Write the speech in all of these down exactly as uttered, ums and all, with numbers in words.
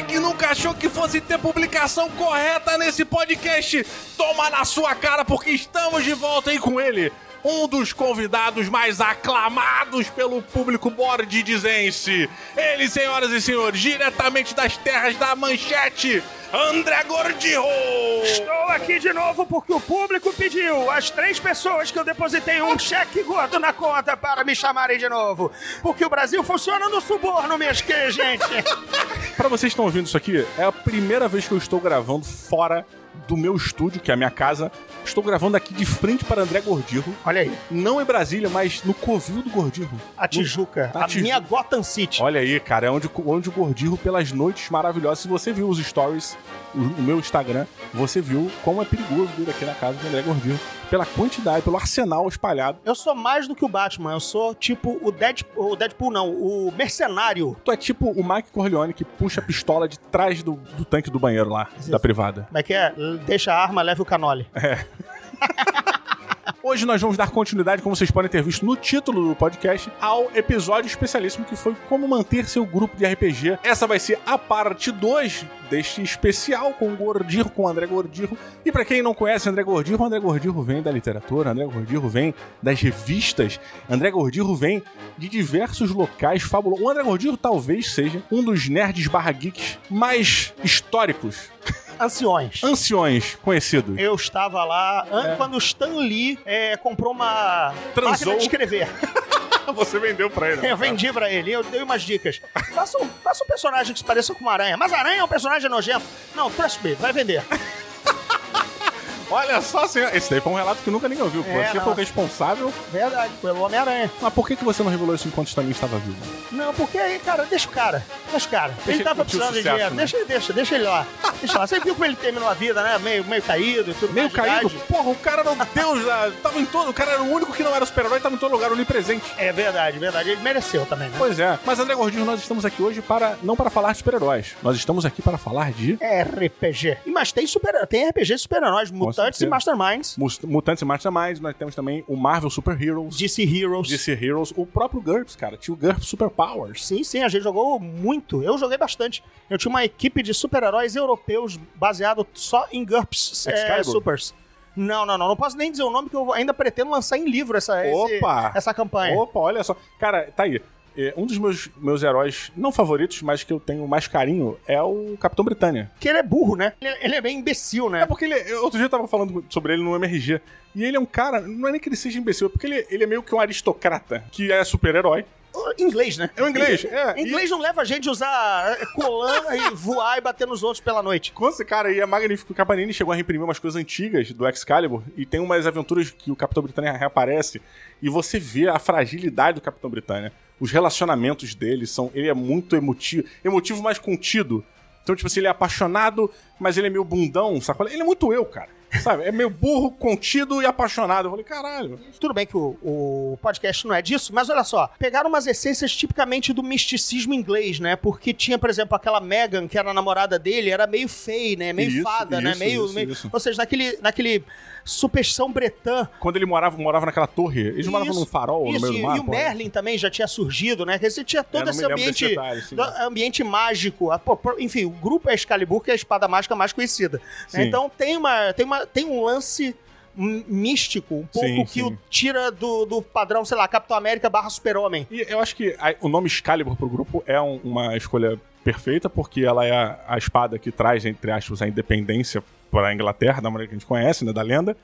que nunca achou que fosse ter publicação correta nesse podcast, toma na sua cara, porque estamos de volta aí com ele. Um dos convidados mais aclamados pelo público bordidizense. Ele, senhoras e senhores, diretamente das terras da Manchete, André Gordillo! Estou aqui de novo porque o público pediu. As três pessoas que eu depositei um cheque gordo na conta para me chamarem de novo. Porque o Brasil funciona no suborno, minhas que, gente. Pra vocês que estão ouvindo isso aqui, é a primeira vez que eu estou gravando fora do meu estúdio, que é a minha casa. Estou gravando aqui de frente para André Gordillo. Olha aí. Não em Brasília, mas no Covil do Gordillo. A Tijuca. No... A, a Tijuca. Minha Gotham City. Olha aí, cara. É onde, onde o Gordillo, pelas noites maravilhosas. Se você viu os stories, o, o meu Instagram, você viu como é perigoso vir aqui na casa do André Gordillo. Pela quantidade, pelo arsenal espalhado. Eu sou mais do que o Batman. Eu sou tipo o Deadpool, o Deadpool não, o mercenário. Tu é tipo o Mike Corleone que puxa a pistola de trás do, do tanque do banheiro lá, Isso. da privada. Como é que é? Deixa a arma, leva o canole. É. Hoje nós vamos dar continuidade, como vocês podem ter visto no título do podcast, ao episódio especialíssimo que foi Como Manter Seu Grupo de R P G. Essa vai ser a parte dois deste especial com o Gordillo, com o André Gordillo. E pra quem não conhece André Gordillo, André Gordillo vem da literatura, André Gordillo vem das revistas, André Gordillo vem de diversos locais fabulosos. O André Gordillo talvez seja um dos nerds barra geeks mais históricos. Anciões. Anciões, conhecidos. Eu estava lá é. quando o Stan Lee é, comprou uma Transou. máquina de escrever. Você vendeu pra ele. Né? Eu vendi pra ele, eu dei umas dicas. Faça um, faça um personagem que se pareça com uma aranha. Mas a aranha é um personagem nojento. Não, trust me, vai vender. Olha só, senhor. Esse daí foi um relato que nunca ninguém ouviu. É, você não. foi o responsável. Verdade, pelo Homem-Aranha. Mas por que, que você não revelou isso enquanto o Stanley estava vivo? Não, porque aí, cara, deixa o cara. Deixa o cara. Deixa ele tava ele precisando de sucesso, dinheiro. né? Deixa ele, deixa, deixa ele lá. Deixa lá. Você viu como ele terminou a vida, né? Meio, meio caído e tudo Meio mais de caído? idade. Porra, o cara era o Deus. ah, Tava em todo. O cara era o único que não era super-herói, tava em todo lugar, onipresente. É verdade, verdade. Ele mereceu também, né? Pois é. Mas, André Gordillo, nós estamos aqui hoje para não para falar de super-heróis. Nós estamos aqui para falar de R P G. E, mas tem, super, tem R P G de super-heróis, Mutantes e Masterminds. Mutantes e Masterminds, nós temos também o Marvel Super Heroes. D C Heroes. D C Heroes. O próprio GURPS, cara. Tinha o GURPS Super Powers. Sim, sim, a gente jogou muito. Eu joguei bastante. Eu tinha uma equipe de super-heróis europeus baseado só em GURPS é, Supers. Não, não, não. Não posso nem dizer o nome, que eu ainda pretendo lançar em livro essa, Opa. esse, essa campanha. Opa, olha só. Cara, tá aí. É, um dos meus, meus heróis, não favoritos, mas que eu tenho mais carinho, é o Capitão Britânia. Que ele é burro, né? Ele, ele é bem imbecil, né? É porque ele... Eu, outro dia eu tava falando sobre ele no M R G. E ele é um cara... Não é nem que ele seja imbecil, é porque ele, ele é meio que um aristocrata, que é super-herói. Inglês, né? É o inglês, é. Inglês e... não leva a gente a usar colã e voar e bater nos outros pela noite. Com esse cara aí é magnífico. O Capanini chegou a reimprimir umas coisas antigas do Excalibur e tem umas aventuras que o Capitão Britânia reaparece e você vê a fragilidade do Capitão Britânia. Os relacionamentos dele são... Ele é muito emotivo. Emotivo, mais contido. Então, tipo assim, ele é apaixonado, mas ele é meio bundão, sabe? Ele é muito eu, cara. Sabe? É meio burro, contido e apaixonado. Eu falei, caralho. Tudo bem que o, o podcast não é disso, mas olha só. Pegaram umas essências tipicamente do misticismo inglês, né? Porque tinha, por exemplo, aquela Meghan, que era a namorada dele, era meio fei, né? Meio isso, fada, isso, né? Meio, isso, meio... Isso. Ou seja, naquele... naquele superstição bretã. Quando ele morava, morava naquela torre, eles isso, moravam num farol isso, no meio do mar. E o Merlin também já tinha surgido, né? Quer dizer, tinha todo esse ambiente, detalhe, ambiente mágico. Enfim, o grupo Excalibur, que é a espada mágica mais conhecida. Né? Então tem, uma, tem, uma, tem um lance místico, um pouco sim, que sim. o tira do, do padrão, sei lá, Capitão América barra Super-Homem. E eu acho que a, o nome Excalibur pro grupo é um, uma escolha perfeita, porque ela é a, a espada que traz, entre aspas, a independência para a Inglaterra, da maneira que a gente conhece, né, da lenda.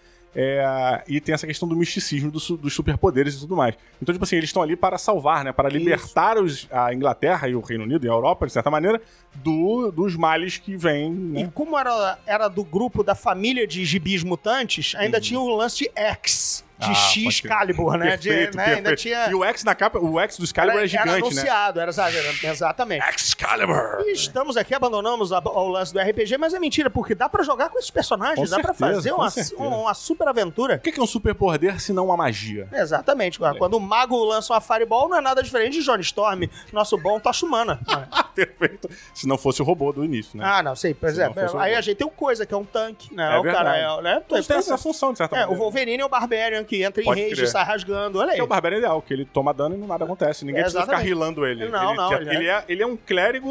É, e tem essa questão do misticismo, do, dos superpoderes e tudo mais. Então, tipo assim, eles estão ali para salvar, né? Para libertar os, a Inglaterra e o Reino Unido e a Europa, de certa maneira, do, dos males que vêm, né? E como era, era do grupo da família de gibis mutantes, ainda uhum. tinha o lance de X. De ah, X-Calibur, né? Perfeito, de, né? Ainda tinha... E o X na capa, o X do Excalibur era, é gigante, era anunciado, né? Era anunciado, exatamente. Excalibur! E estamos aqui, abandonamos a, o lance do R P G, mas é mentira, porque dá pra jogar com esses personagens, com dá certeza, pra fazer uma, uma, uma super aventura. O que é um super poder se não uma magia? Exatamente. É. Quando o mago lança uma Fireball, não é nada diferente de Johnny Storm, nosso bom Tocha Humana. Perfeito. Se não fosse o robô do início, né? Ah, não, sei, por exemplo. Aí a gente tem o Coisa, que é um tanque, né? É o cara é, né? Então, tem essa função, de certa é, maneira. O Wolverine é o Barbarian, que entra em rage e sai rasgando. Olha aí. Que é o Barbarian ideal, que ele toma dano e nada acontece. Ninguém é, precisa ficar rilando ele. Não, ele, não. ele, ele, é, ele é um clérigo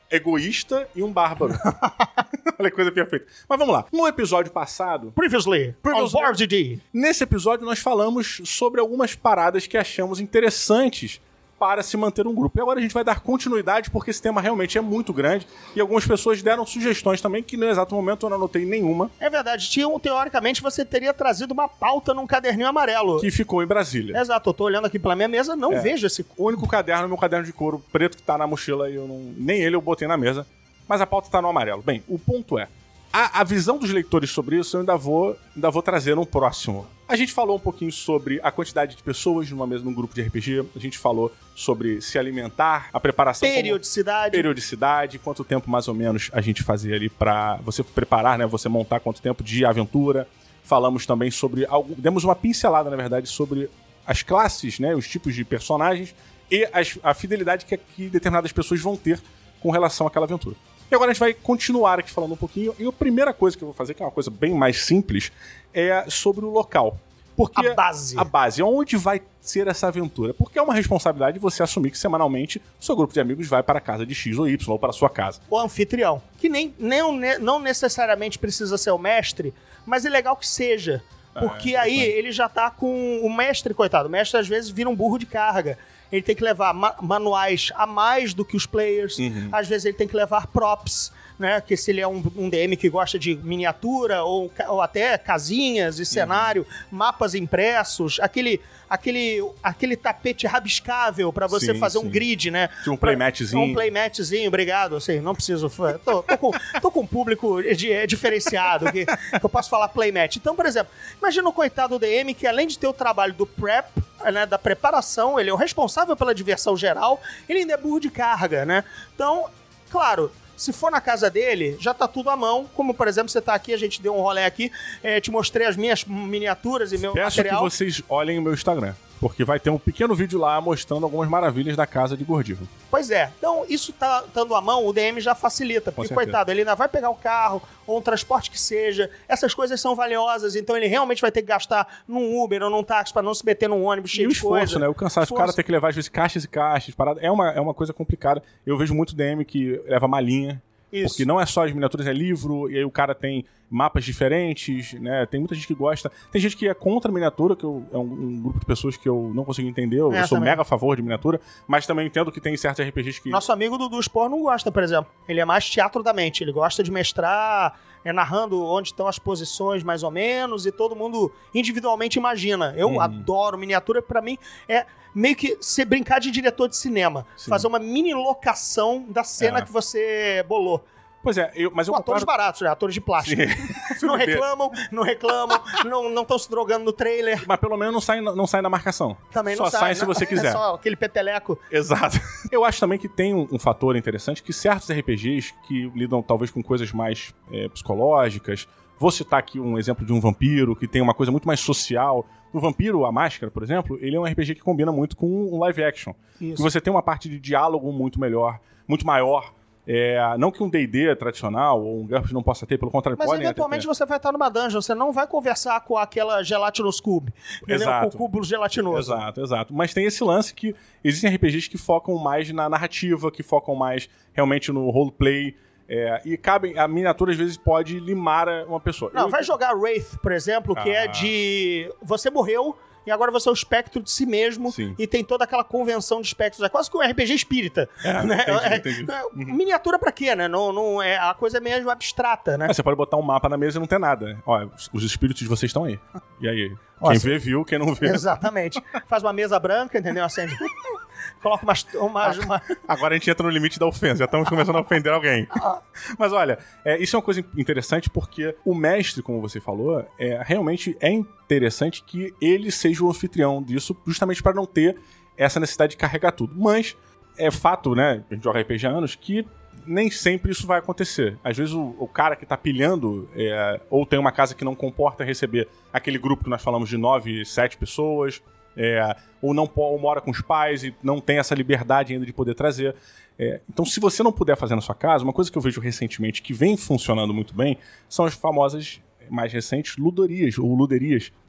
egoísta e um bárbaro. Olha que coisa perfeita. Mas vamos lá. No episódio passado... Previously, Previously on Board D. Nesse episódio nós falamos sobre algumas paradas que achamos interessantes para se manter um grupo. E agora a gente vai dar continuidade porque esse tema realmente é muito grande e algumas pessoas deram sugestões também que no exato momento eu não anotei nenhuma. É verdade. Tinha, teoricamente você teria trazido uma pauta num caderninho amarelo. Que ficou em Brasília. Exato. Eu tô olhando aqui pela minha mesa, não é. vejo esse... O único caderno é meu caderno de couro preto que tá na mochila e eu não... nem ele eu botei na mesa. Mas a pauta tá no amarelo. Bem, o ponto é, a, a visão dos leitores sobre isso eu ainda vou, ainda vou trazer no próximo. A gente falou um pouquinho sobre a quantidade de pessoas numa mesa, num grupo de R P G. A gente falou sobre se alimentar, a preparação... Periodicidade. Periodicidade, quanto tempo mais ou menos a gente fazia ali pra você preparar, né? Você montar quanto tempo de aventura. Falamos também sobre... Algo, demos uma pincelada, na verdade, sobre as classes, né? Os tipos de personagens e as, a fidelidade que, que determinadas pessoas vão ter com relação àquela aventura. E agora a gente vai continuar aqui falando um pouquinho. E a primeira coisa que eu vou fazer, que é uma coisa bem mais simples, é sobre o local. Porque a base. A base. Onde vai ser essa aventura? Porque é uma responsabilidade você assumir que semanalmente o seu grupo de amigos vai para a casa de X ou Y, ou para a sua casa. O anfitrião. Que nem, nem não necessariamente precisa ser o mestre, mas é legal que seja. Porque ah, é, aí ele já tá com o mestre, coitado. O mestre às vezes vira um burro de carga. Ele tem que levar ma- manuais a mais do que os players. Uhum. Às vezes ele tem que levar props, né? Que se ele é um, um D M que gosta de miniatura ou, ou até casinhas e cenário, uhum. mapas impressos, aquele, aquele, aquele tapete rabiscável para você sim, fazer sim. um grid, né? Um playmatzinho. Um playmatzinho, obrigado. Assim, não preciso... Tô, tô, com, tô com um público de, diferenciado que, que eu posso falar playmat. Então, por exemplo, imagina o coitado do D M que além de ter o trabalho do prep, né, da preparação, ele é o responsável pela diversão geral, ele ainda é burro de carga, né? Então, claro, se for na casa dele, já tá tudo à mão, como, por exemplo, você tá aqui, a gente deu um rolê aqui, é, te mostrei as minhas miniaturas e meu Peço material. Peço que vocês olhem o meu Instagram, porque vai ter um pequeno vídeo lá mostrando algumas maravilhas da casa de Gordivo. Pois é. Então, isso tá estando à mão, o D M já facilita. Porque, coitado, ele ainda vai pegar o carro, ou um transporte que seja. Essas coisas são valiosas, então ele realmente vai ter que gastar num Uber ou num táxi pra não se meter num ônibus cheio e o de coisa. esforço, né? O cansaço. O cara ter que levar, às vezes, caixas e caixas, parada. É uma, é uma coisa complicada. Eu vejo muito D M que leva malinha. Isso. Porque não é só as miniaturas, é livro, e aí o cara tem mapas diferentes, né? Tem muita gente que gosta. Tem gente que é contra a miniatura, que eu, é um, um grupo de pessoas que eu não consigo entender. Eu, é, eu sou também. mega a favor de miniatura, mas também entendo que tem certos R P Gs que... Nosso amigo Dudu Spor não gosta, por exemplo. Ele é mais teatro da mente. Ele gosta de mestrar, é, narrando onde estão as posições, mais ou menos, e todo mundo individualmente imagina. Eu hum. adoro miniatura, pra mim é meio que você brincar de diretor de cinema. Sim. Fazer uma mini locação da cena é. que você bolou. Pois é, eu, mas eu Com atores concordo... baratos, né? Atores de plástico. não reclamam, não reclamam, não estão se drogando no trailer. Mas pelo menos não saem não sai na marcação. Também não só sai. Só sai se não, você quiser. É só aquele peteleco. Exato. Eu acho também que tem um, um fator interessante que certos R P Gs que lidam talvez com coisas mais é, psicológicas. Vou citar aqui um exemplo de um vampiro que tem uma coisa muito mais social. O Vampiro, a Máscara, por exemplo, ele é um R P G que combina muito com um live action. Isso. E você tem uma parte de diálogo muito melhor, muito maior. É, não que um D e D tradicional ou um GURPS não possa ter, pelo contrário, mas podem eventualmente você vai estar numa dungeon, você não vai conversar com aquela Gelatinous Cube, exato. Com o cúbulo gelatinoso. Exato, exato. Mas tem esse lance que existem R P Gs que focam mais na narrativa, que focam mais realmente no roleplay. É, e cabem, a miniatura às vezes pode limar uma pessoa. Não, Eu... vai jogar Wraith, por exemplo, ah. que é de... Você morreu e agora você é o espectro de si mesmo. Sim. E tem toda aquela convenção de espectros. É quase que um R P G espírita. É, né? entendi, entendi. É, uhum. Miniatura pra quê, né? Não, não, é, a coisa é meio abstrata, né? É, você pode botar um mapa na mesa e não ter nada. Ó, os espíritos de vocês estão aí. E aí? Quem Nossa, vê, viu. Quem não vê... Exatamente. Faz uma mesa branca, entendeu? Acende... Coloca umas, umas, uma... Agora a gente entra no limite da ofensa. Já estamos começando a ofender alguém. Mas olha, é, isso é uma coisa interessante porque o mestre, como você falou, é, realmente é interessante que ele seja o anfitrião disso, justamente para não ter essa necessidade de carregar tudo. Mas é fato, né? A gente joga R P G há anos, que nem sempre isso vai acontecer. Às vezes o, o cara que tá pilhando, é, ou tem uma casa que não comporta receber aquele grupo que nós falamos de nove, sete pessoas... É, ou não ou mora com os pais e não tem essa liberdade ainda de poder trazer. É, então, se você não puder fazer na sua casa, uma coisa que eu vejo recentemente que vem funcionando muito bem são as famosas, mais recentes, ludorias ou luderias,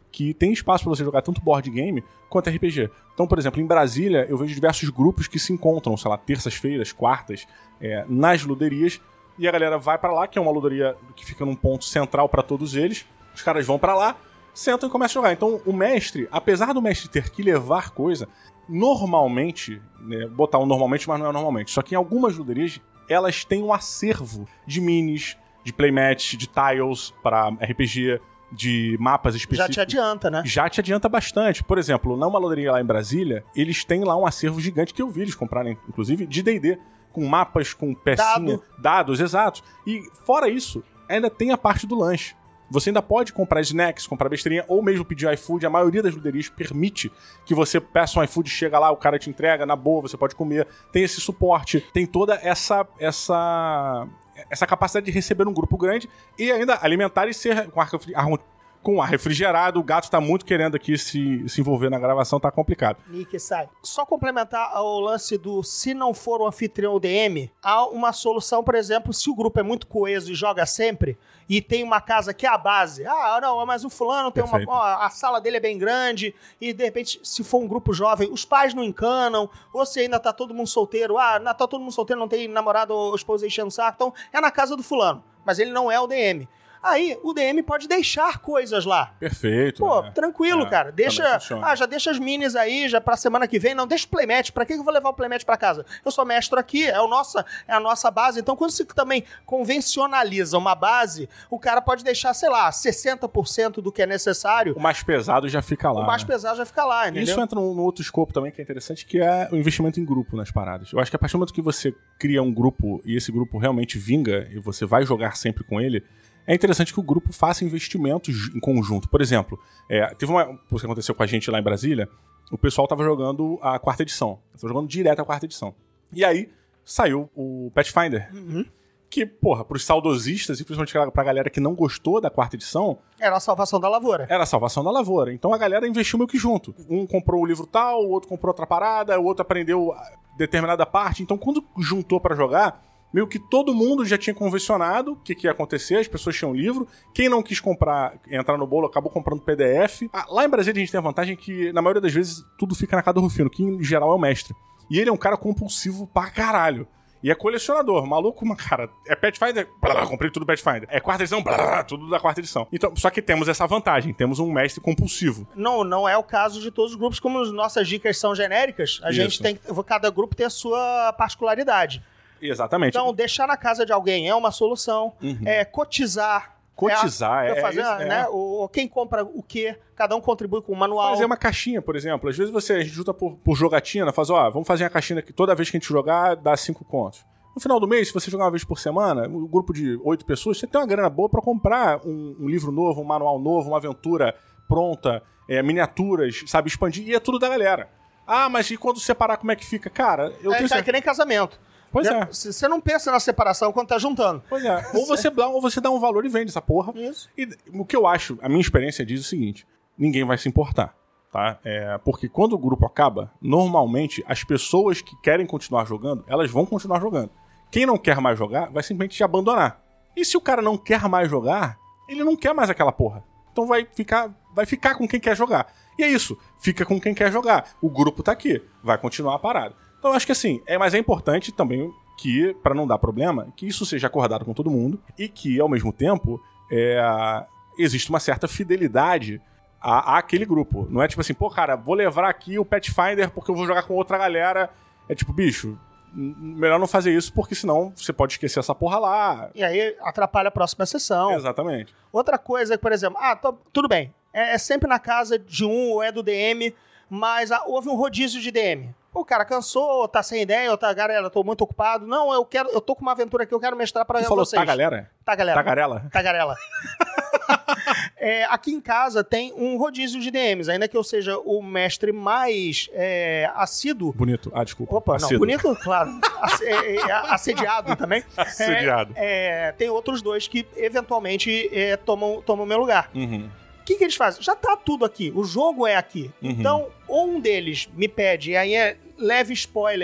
que tem espaço pra você jogar tanto board game quanto R P G. Então, por exemplo, em Brasília, eu vejo diversos grupos que se encontram, sei lá, terças-feiras, quartas, é, nas luderias, e a galera vai pra lá, que é uma luderia que fica num ponto central pra todos eles, os caras vão pra lá, sentam e começam a jogar. Então, o mestre, apesar do mestre ter que levar coisa, normalmente, né, botar um normalmente, mas não é normalmente, só que em algumas luderias, elas têm um acervo de minis, de playmatch, de tiles para R P G, de mapas específicos. Já te adianta, né? Já te adianta bastante. Por exemplo, numa loteria lá em Brasília, eles têm lá um acervo gigante que eu vi eles comprarem, inclusive, de D e D, com mapas, com pecinha, Dado. dados, exatos. E fora isso, ainda tem a parte do lanche. Você ainda pode comprar snacks, comprar besteirinha, ou mesmo pedir iFood. A maioria das luderias permite que você peça um iFood, chega lá, o cara te entrega, na boa, você pode comer. Tem esse suporte, tem toda essa... essa... essa capacidade de receber um grupo grande e ainda alimentar e ser com ar, com ar refrigerado. O gato tá muito querendo aqui se, se envolver na gravação, tá complicado. Nick, sai. Só complementar o lance do se não for o anfitrião ou D M, há uma solução, por exemplo, se o grupo é muito coeso e joga sempre, e tem uma casa que é a base. Ah, não, mas o fulano tem Perfeito. uma... Ó, a sala dele é bem grande, e de repente, se for um grupo jovem, os pais não encanam, ou se ainda tá todo mundo solteiro, ah, tá todo mundo solteiro, não tem namorado ou esposa enchendo o saco, então é na casa do fulano, mas ele não é o D M. Aí, o D M pode deixar coisas lá. Perfeito. Pô, né? tranquilo, é, cara. Deixa. Ah, já deixa as minis aí, já pra semana que vem. Não, deixa o playmatch. Pra que eu vou levar o playmatch pra casa? Eu sou mestre aqui, é, o nossa, é a nossa base. Então, quando você também convencionaliza uma base, o cara pode deixar, sei lá, sessenta por cento do que é necessário. O mais pesado já fica lá. O mais né? pesado já fica lá, entendeu? Isso entra num, num outro escopo também que é interessante, que é o investimento em grupo nas paradas. Eu acho que a partir do momento que você cria um grupo e esse grupo realmente vinga e você vai jogar sempre com ele, é interessante que o grupo faça investimentos em conjunto. Por exemplo, é, teve uma coisa que aconteceu com a gente lá em Brasília, o pessoal tava jogando a quarta edição. Tava jogando direto a quarta edição. E aí, saiu o Pathfinder. Uhum. Que, porra, pros saudosistas, e principalmente pra galera que não gostou da quarta edição... Era a salvação da lavoura. Era a salvação da lavoura. Então a galera investiu meio que junto. Um comprou o livro tal, o outro comprou outra parada, o outro aprendeu determinada parte. Então quando juntou pra jogar... meio que todo mundo já tinha convencionado o que, que ia acontecer, as pessoas tinham livro. Quem não quis comprar, entrar no bolo, acabou comprando P D F. Ah, lá em Brasília a gente tem a vantagem que, na maioria das vezes, tudo fica na casa do Rufino, que em geral é o mestre. E ele é um cara compulsivo pra caralho. E é colecionador, maluco, uma cara. É Pathfinder, blá, comprei tudo Pathfinder. É quarta edição, blá, tudo da quarta edição. Então, só que temos essa vantagem, temos um mestre compulsivo. Não, não é o caso de todos os grupos, como as nossas dicas são genéricas, a Isso. gente tem que. Cada grupo tem a sua particularidade. Exatamente. Então, deixar na casa de alguém é uma solução. Uhum. É, cotizar. Cotizar, é, é, fazer, é, né? é. O, quem compra o quê? Cada um contribui com um manual. Fazer uma caixinha, por exemplo. Às vezes você a gente junta por, por jogatina, faz, ó, vamos fazer uma caixinha que toda vez que a gente jogar, dá cinco contos. No final do mês, se você jogar uma vez por semana, um grupo de oito pessoas, você tem uma grana boa pra comprar um, um livro novo, um manual novo, uma aventura pronta, é, miniaturas, sabe, expandir, e é tudo da galera. Ah, mas e quando separar, como é que fica? Cara, eu é, tenho... É que nem casamento. Pois é. Você não pensa na separação quando tá juntando. Pois é. Ou você, dá, ou você dá um valor e vende essa porra. Isso. E o que eu acho, a minha experiência diz o seguinte, ninguém vai se importar, tá? É, porque quando o grupo acaba, normalmente as pessoas que querem continuar jogando, elas vão continuar jogando. Quem não quer mais jogar, vai simplesmente te abandonar. E se o cara não quer mais jogar, ele não quer mais aquela porra. Então vai ficar, vai ficar com quem quer jogar. E é isso, fica com quem quer jogar. O grupo tá aqui, vai continuar a parada. Então eu acho que assim, é, mas é importante também que, pra não dar problema, que isso seja acordado com todo mundo e que, ao mesmo tempo, é, existe uma certa fidelidade a, a aquele grupo. Não é tipo assim, pô, cara, vou levar aqui o Pathfinder porque eu vou jogar com outra galera. É tipo, bicho, melhor não fazer isso porque senão você pode esquecer essa porra lá. E aí atrapalha a próxima sessão. Exatamente. Outra coisa, por exemplo, ah, tô, tudo bem, é, é sempre na casa de um ou é do D M, mas ah, houve um rodízio de D M. O cara cansou, tá sem ideia, ou tá, galera, tô muito ocupado. Não, eu quero, eu tô com uma aventura aqui, eu quero mestrar pra Você vocês. falou tá, galera? Tá, galera. Tagarela? Tagarela. é, aqui em casa tem um rodízio de D Ms, ainda que eu seja o mestre mais é, assíduo. Bonito. Ah, desculpa. Opa, assíduo. Não, bonito, claro. Ass, é, é, assediado também. Assediado. É, é, tem outros dois que, eventualmente, é, tomam o meu lugar. Uhum. O que, que eles fazem? Já tá tudo aqui, o jogo é aqui. Uhum. Então, ou um deles me pede, e aí é leve spoiler,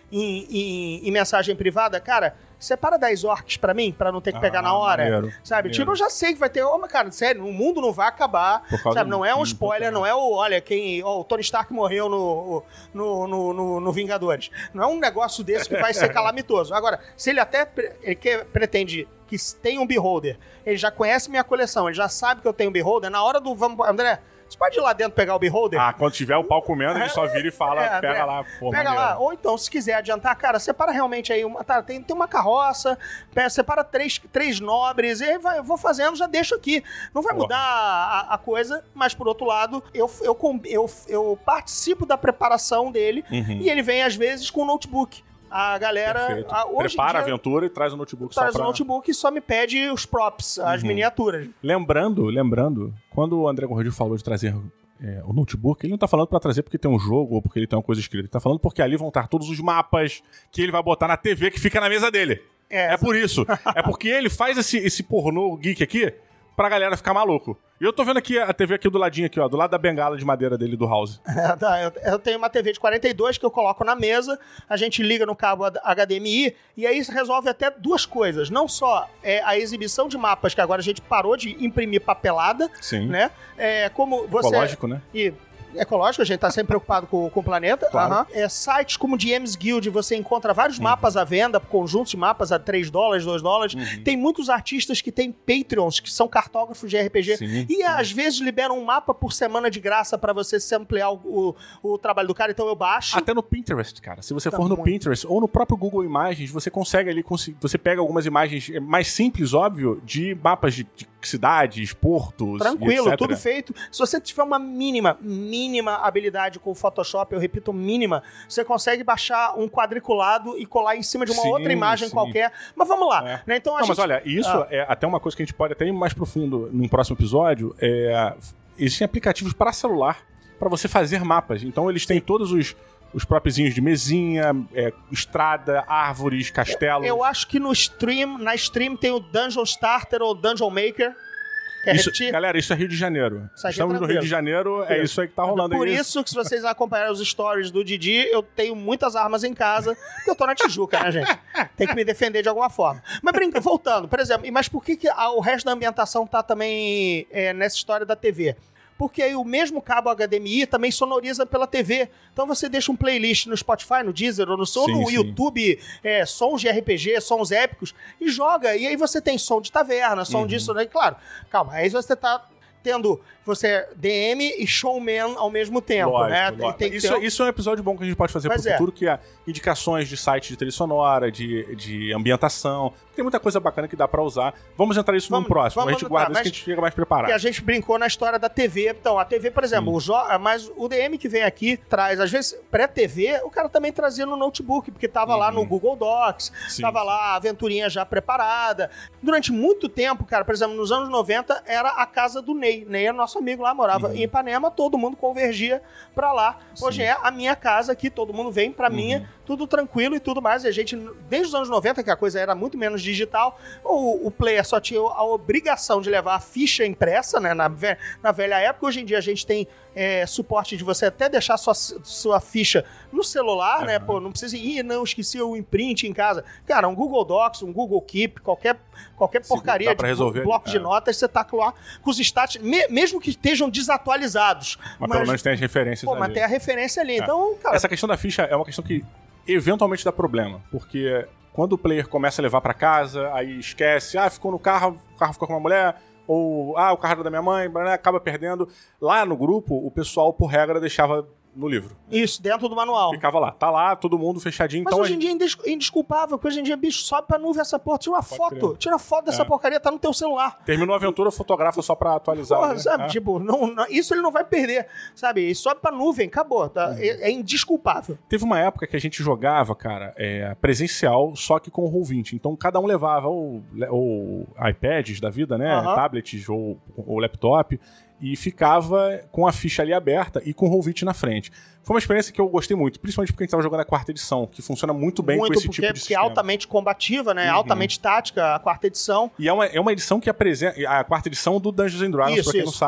em, em, em mensagem privada, cara, separa dez orcs pra mim, pra não ter que pegar ah, na hora. Maneiro, sabe? Maneiro. Tipo, eu já sei que vai ter... Oh, mas, cara, sério, o mundo não vai acabar. Sabe? Não é um spoiler, não é o... Olha, quem... Oh, o Tony Stark morreu no, no, no, no, no Vingadores. Não é um negócio desse que vai ser calamitoso. Agora, se ele até ele quer, pretende que tenha um Beholder, ele já conhece minha coleção, ele já sabe que eu tenho um Beholder, na hora do... Vamos, André... Você pode ir lá dentro pegar o Beholder? Ah, quando tiver o pau comendo, ele só vira e fala, é, pega é, lá. Pô, pega maneiro. lá. Ou então, se quiser adiantar, cara, separa realmente aí, uma, tá, tem, tem uma carroça, pega, separa três, três nobres, e aí vai, eu vou fazendo, já deixo aqui. Não vai Pô. mudar a, a coisa, mas por outro lado, eu, eu, eu, eu participo da preparação dele, uhum. e ele vem às vezes com o notebook. A galera... A, hoje Prepara dia, a aventura e traz o notebook traz só pra... o notebook e só me pede os props, as uhum. miniaturas. Lembrando, lembrando, quando o André Gordillo falou de trazer é, o notebook, ele não tá falando pra trazer porque tem um jogo ou porque ele tem uma coisa escrita. Ele tá falando porque ali vão estar todos os mapas que ele vai botar na T V que fica na mesa dele. É, é por isso. É porque ele faz esse, esse pornô geek aqui pra galera ficar maluco. E eu tô vendo aqui a T V aqui do ladinho, aqui, ó, do lado da bengala de madeira dele do House. É, tá, eu, eu tenho uma T V de quarenta e dois que eu coloco na mesa, a gente liga no cabo H D M I, e aí isso resolve até duas coisas. Não só é, a exibição de mapas, que agora a gente parou de imprimir papelada, Sim. né? É, como você... Ecológico, né? E... ecológico, a gente tá sempre preocupado com, com o planeta. Claro. Uhum. É, sites como o D M's Guild, você encontra vários uhum. mapas à venda, conjuntos de mapas a três dólares, dois dólares. Uhum. Tem muitos artistas que têm Patreons, que são cartógrafos de R P G. Sim. E às vezes liberam um mapa por semana de graça pra você samplear o, o, o trabalho do cara, então eu baixo. Até no Pinterest, cara. Se você tá for no muito. Pinterest ou no próprio Google Imagens, você consegue ali, você pega algumas imagens mais simples, óbvio, de mapas de, de cidades, portos, tranquilo, tudo feito. Se você tiver uma mínima, mínima habilidade com o Photoshop, eu repito, mínima, você consegue baixar um quadriculado e colar em cima de uma sim, outra imagem sim. qualquer. Mas vamos lá. É. Né? Então, a Não, gente... mas olha, isso ah. é até uma coisa que a gente pode até ir mais profundo num próximo episódio. É... Existem aplicativos para celular para você fazer mapas. Então eles têm todos os os propzinhos de mesinha, é, estrada, árvores, castelos. Eu, eu acho que no stream, na stream tem o Dungeon Starter ou Dungeon Maker. Isso, galera, isso é Rio de Janeiro. Isso Estamos é no Rio de Janeiro, é isso aí que tá rolando. Por aí. isso que se vocês acompanharem os stories do Didi, eu tenho muitas armas em casa, porque eu tô na Tijuca, né, gente? Tem que me defender de alguma forma. Mas brinca, voltando, por exemplo, mas por que, que a, o resto da ambientação tá também é, nessa história da T V? Porque aí o mesmo cabo H D M I também sonoriza pela T V. Então você deixa um playlist no Spotify, no Deezer ou no, sim, no sim. YouTube, é, sons de R P G, sons épicos, e joga. E aí você tem som de taverna, som uhum. disso, né? Claro, calma, aí você tá tendo você D M e showman ao mesmo tempo, lógico, né? Tem, tem isso, ter... isso é um episódio bom que a gente pode fazer pro é. futuro, que é indicações de sites de trilha sonora, de, de ambientação. Tem muita coisa bacana que dá pra usar. Vamos entrar nisso vamos, no próximo. A gente guarda isso que a gente chega mais preparado. E a gente brincou na história da T V. Então, a T V, por exemplo, o jo... mas o D M que vem aqui traz, às vezes, pré-T V, o cara também trazia no notebook, porque tava uhum. lá no Google Docs, sim. tava lá a aventurinha já preparada. Durante muito tempo, cara, por exemplo, nos anos noventa, era a casa do Ney. Ney era nosso amigo lá, morava uhum. em Ipanema, todo mundo convergia pra lá. Hoje sim. é a minha casa aqui, todo mundo vem pra uhum. minha, tudo tranquilo e tudo mais. E a gente, desde os anos noventa, que a coisa era muito menos digital, o, o player só tinha a obrigação de levar a ficha impressa, né, na, ve- na velha época. Hoje em dia a gente tem é, suporte de você até deixar sua, sua ficha no celular, uhum. né, pô, não precisa ir, não, esqueci o imprint em casa. Cara, um Google Docs, um Google Keep, qualquer, qualquer Sim, porcaria de resolver, bloco é. de notas, você tá lá com os status, me, mesmo que estejam desatualizados. Mas, mas pelo menos tem as referências pô, ali. Mas tem a referência ali, é. então, cara... Essa questão da ficha é uma questão que eventualmente dá problema, porque quando o player começa a levar pra casa, aí esquece, ah, ficou no carro, o carro ficou com uma mulher, ou, ah, o carro era da minha mãe, acaba perdendo. Lá no grupo, o pessoal, por regra, deixava no livro. Isso, dentro do manual. Ficava lá. Tá lá, todo mundo fechadinho. Mas então hoje em dia é indesculpável, porque hoje em dia, bicho, sobe pra nuvem essa porra, tira uma Pode foto, crer. tira foto dessa é. porcaria, tá no teu celular. Terminou a aventura, fotografa só pra atualizar. Porra, né? sabe, é. tipo, não, não, isso ele não vai perder, sabe? E sobe pra nuvem, acabou, tá? Uhum. É, é indesculpável. Teve uma época que a gente jogava, cara, é, presencial, só que com o Roll vinte. Então cada um levava ou, ou iPads da vida, né? Uhum. Tablets ou, ou laptop, e ficava com a ficha ali aberta e com o Roll vinte na frente. Foi uma experiência que eu gostei muito, principalmente porque a gente estava jogando a quarta edição, que funciona muito bem muito com esse porque, tipo de porque sistema. é altamente combativa, né? Uhum. Altamente tática, a quarta edição. E é uma, é uma edição que apresenta... A quarta edição do Dungeons and Dragons, isso, pra quem isso. não sabe,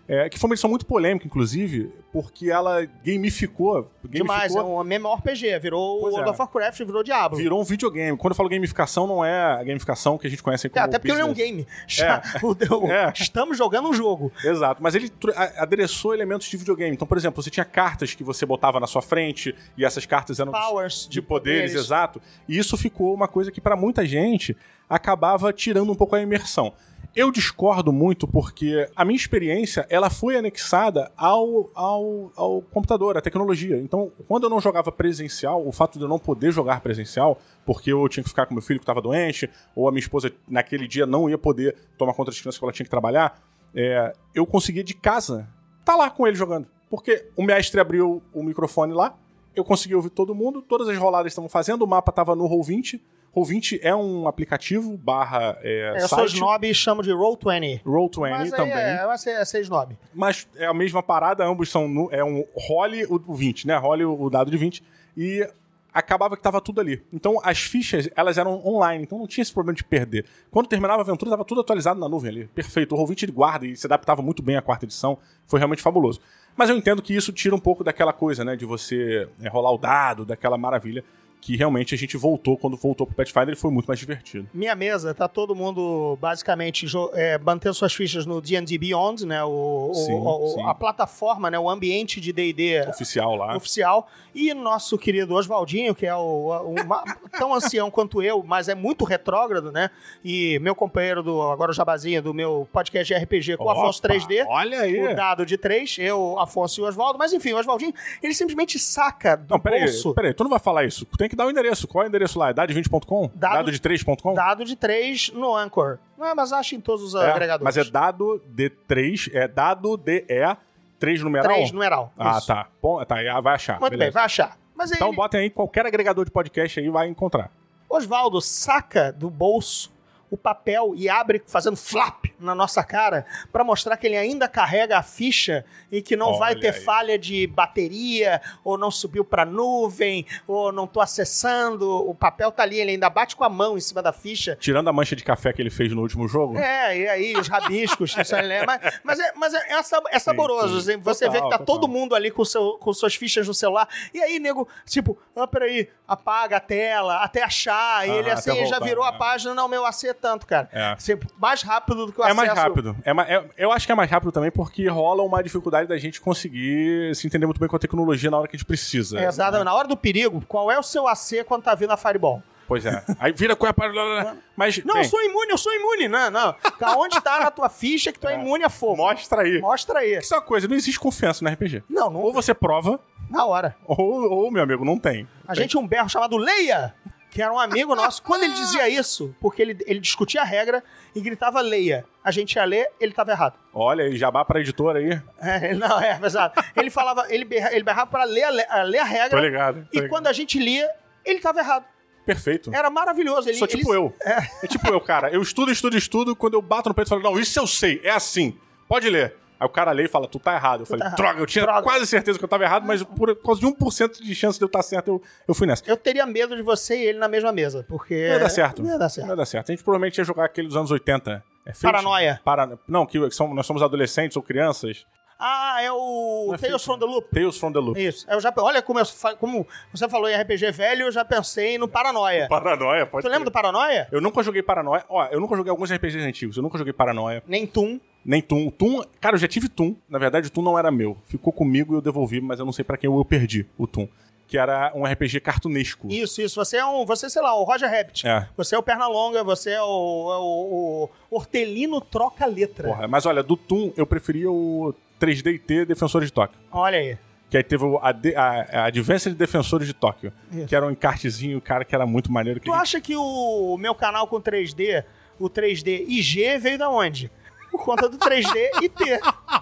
É, que foi uma edição muito polêmica, inclusive, porque ela gamificou... gamificou Demais, é um MMORPG, virou pois World é. of Warcraft, virou Diablo. Virou um videogame. Quando eu falo gamificação, não é a gamificação que a gente conhece como é, Até porque business. não é um game. Já, é. o, o, é. Estamos jogando um jogo. Exato, mas ele adereçou elementos de videogame. Então, por exemplo, você tinha cartas que você botava na sua frente, e essas cartas eram Powers, de, de poderes, poderes, exato. E isso ficou uma coisa que, para muita gente, acabava tirando um pouco a imersão. Eu discordo muito porque a minha experiência ela foi anexada ao, ao, ao computador, à tecnologia. Então, quando eu não jogava presencial, o fato de eu não poder jogar presencial, porque eu tinha que ficar com meu filho que estava doente, ou a minha esposa naquele dia não ia poder tomar conta das crianças que ela tinha que trabalhar, é, eu conseguia de casa estar lá com ele jogando. Porque o mestre abriu o microfone lá, eu consegui ouvir todo mundo, todas as roladas estavam fazendo, o mapa estava no Roll vinte. Roll vinte é um aplicativo barra é, é, eu sou snob e chamo de Roll vinte. Roll vinte Mas também. É, vai ser, é ser snob. Mas é a mesma parada, ambos são no, é um role o vinte, né? Role o, o dado de vinte. E acabava que tava tudo ali. Então as fichas, elas eram online, então não tinha esse problema de perder. Quando terminava a aventura, tava tudo atualizado na nuvem ali. Perfeito. O Roll vinte ele guarda e se adaptava muito bem à quarta edição. Foi realmente fabuloso. Mas eu entendo que isso tira um pouco daquela coisa, né? De você é, rolar o dado, daquela maravilha. Que realmente a gente voltou, quando voltou pro Pathfinder, ele foi muito mais divertido. Minha mesa, tá todo mundo basicamente é, mantendo suas fichas no D and D Beyond, né? O, sim, o, sim. A plataforma, né? O ambiente de D e D oficial lá. Oficial. E nosso querido Oswaldinho, que é o, o uma, tão ancião quanto eu, mas é muito retrógrado, né? E meu companheiro do, agora o Jabazinho, do meu podcast de R P G com o Afonso três D. Olha aí! O dado de três, eu, Afonso e o Oswaldo. Mas enfim, o Oswaldinho, ele simplesmente saca do não, peraí, bolso... Peraí, tu não vai falar isso. Tem que dar o endereço. Qual é o endereço lá? É dado vinte ponto com? Dado, dado de três ponto com? Dado de três no Anchor. Não é, mas acho em todos os é, agregadores. Mas é dado de três, é dado de E três numeral? três numeral. Ah, isso. tá. Bom, tá, vai achar. Muito beleza. bem, vai achar. Mas então ele... botem aí qualquer agregador de podcast aí vai encontrar. Oswaldo saca do bolso o papel e abre fazendo flap na nossa cara para mostrar que ele ainda carrega a ficha e que não Olha vai ter aí. falha de bateria, ou não subiu pra nuvem, ou não tô acessando. O papel tá ali, ele ainda bate com a mão em cima da ficha. Tirando a mancha de café que ele fez no último jogo? É, e aí os rabiscos. que ele é, mas, mas, é, mas é, é, sab, é saboroso. Sim, sim. Você Total, vê que tá total. todo mundo ali com, seu, com suas fichas no celular. E aí, nego, tipo, ah, peraí, apaga a tela, até achar. E Ah, ele assim, até já voltar, virou né? a página. Não, meu A C é tanto, cara. É. Sempre mais rápido do que o É acesso. mais rápido. É, ma- é- eu acho que é mais rápido também porque rola uma dificuldade da gente conseguir se entender muito bem com a tecnologia na hora que a gente precisa. É, exatamente. Né? Na hora do perigo, qual é o seu A C quando tá vindo a Fireball? Pois é. Aí vira com a... Mas, Não, bem, eu sou imune, eu sou imune. Não, não. Onde tá na tua ficha que tu é, É. imune a fogo? mostra aí. Mostra aí. Isso é uma coisa, não existe confiança no R P G. Não, não. Ou você prova, Na hora. ou, ou meu amigo, não tem. A gente tinha um berro chamado Leia, que era um amigo nosso. Quando ele dizia isso, porque ele, ele discutia a regra e gritava Leia, a gente ia ler, ele tava errado. Olha aí, jabá pra editora aí. É, não, é, exato. Ele falava, ele, berra, ele berrava pra ler a, le- a ler a regra. Tô ligado. tô E ligado. quando a gente lia, ele tava errado. Perfeito. Era maravilhoso. Ele, Sou tipo ele... eu. É. é tipo eu, cara. Eu estudo, estudo, estudo. Quando eu bato no peito, eu falo, não, isso eu sei. É assim. Pode ler. Aí o cara lê e fala, tu tá errado. Eu falei, tá errado. droga, eu tinha Droga. quase certeza que eu tava errado, mas por causa de um por cento de chance de eu estar certo, eu, eu fui nessa. Eu teria medo de você e ele na mesma mesa, porque... Não ia dar certo. Não ia dar certo. Não ia dar certo. A gente provavelmente ia jogar aquele dos anos oitenta. É Fate? Paranoia. Para... Não, que, que somos, nós somos adolescentes ou crianças. Ah, é o Não é Tales Fate, from the Loop. Tales from the Loop. Isso. Eu já, olha como, eu, fa- como você falou em R P G velho, eu já pensei no Paranoia. Paranoia, pode Tu lembra do Paranoia? Eu nunca joguei Paranoia. Ó, eu nunca joguei alguns R P Gs antigos. Eu nunca joguei Paranoia. Nem Tum. Nem Tum. Tum, cara, eu já tive Tum. Na verdade, o Tum não era meu. Ficou comigo e eu devolvi, mas eu não sei pra quem eu perdi o Tum. Que era um R P G cartunesco. Isso, isso. Você é um, você, sei lá, o Roger Rabbit. É. Você é o Pernalonga, você é o, é o, o Hortelino Troca-Letra. Porra, mas olha, do Tum eu preferia o três D T Defensores de Tóquio. Olha aí. Que aí teve o a, a, a Advanced Defensores de Tóquio. Isso. Que era um encartezinho, cara, que era muito maneiro. Que Tu acha que o meu canal com três D, o três D I G, veio da onde? Por conta do três D I T.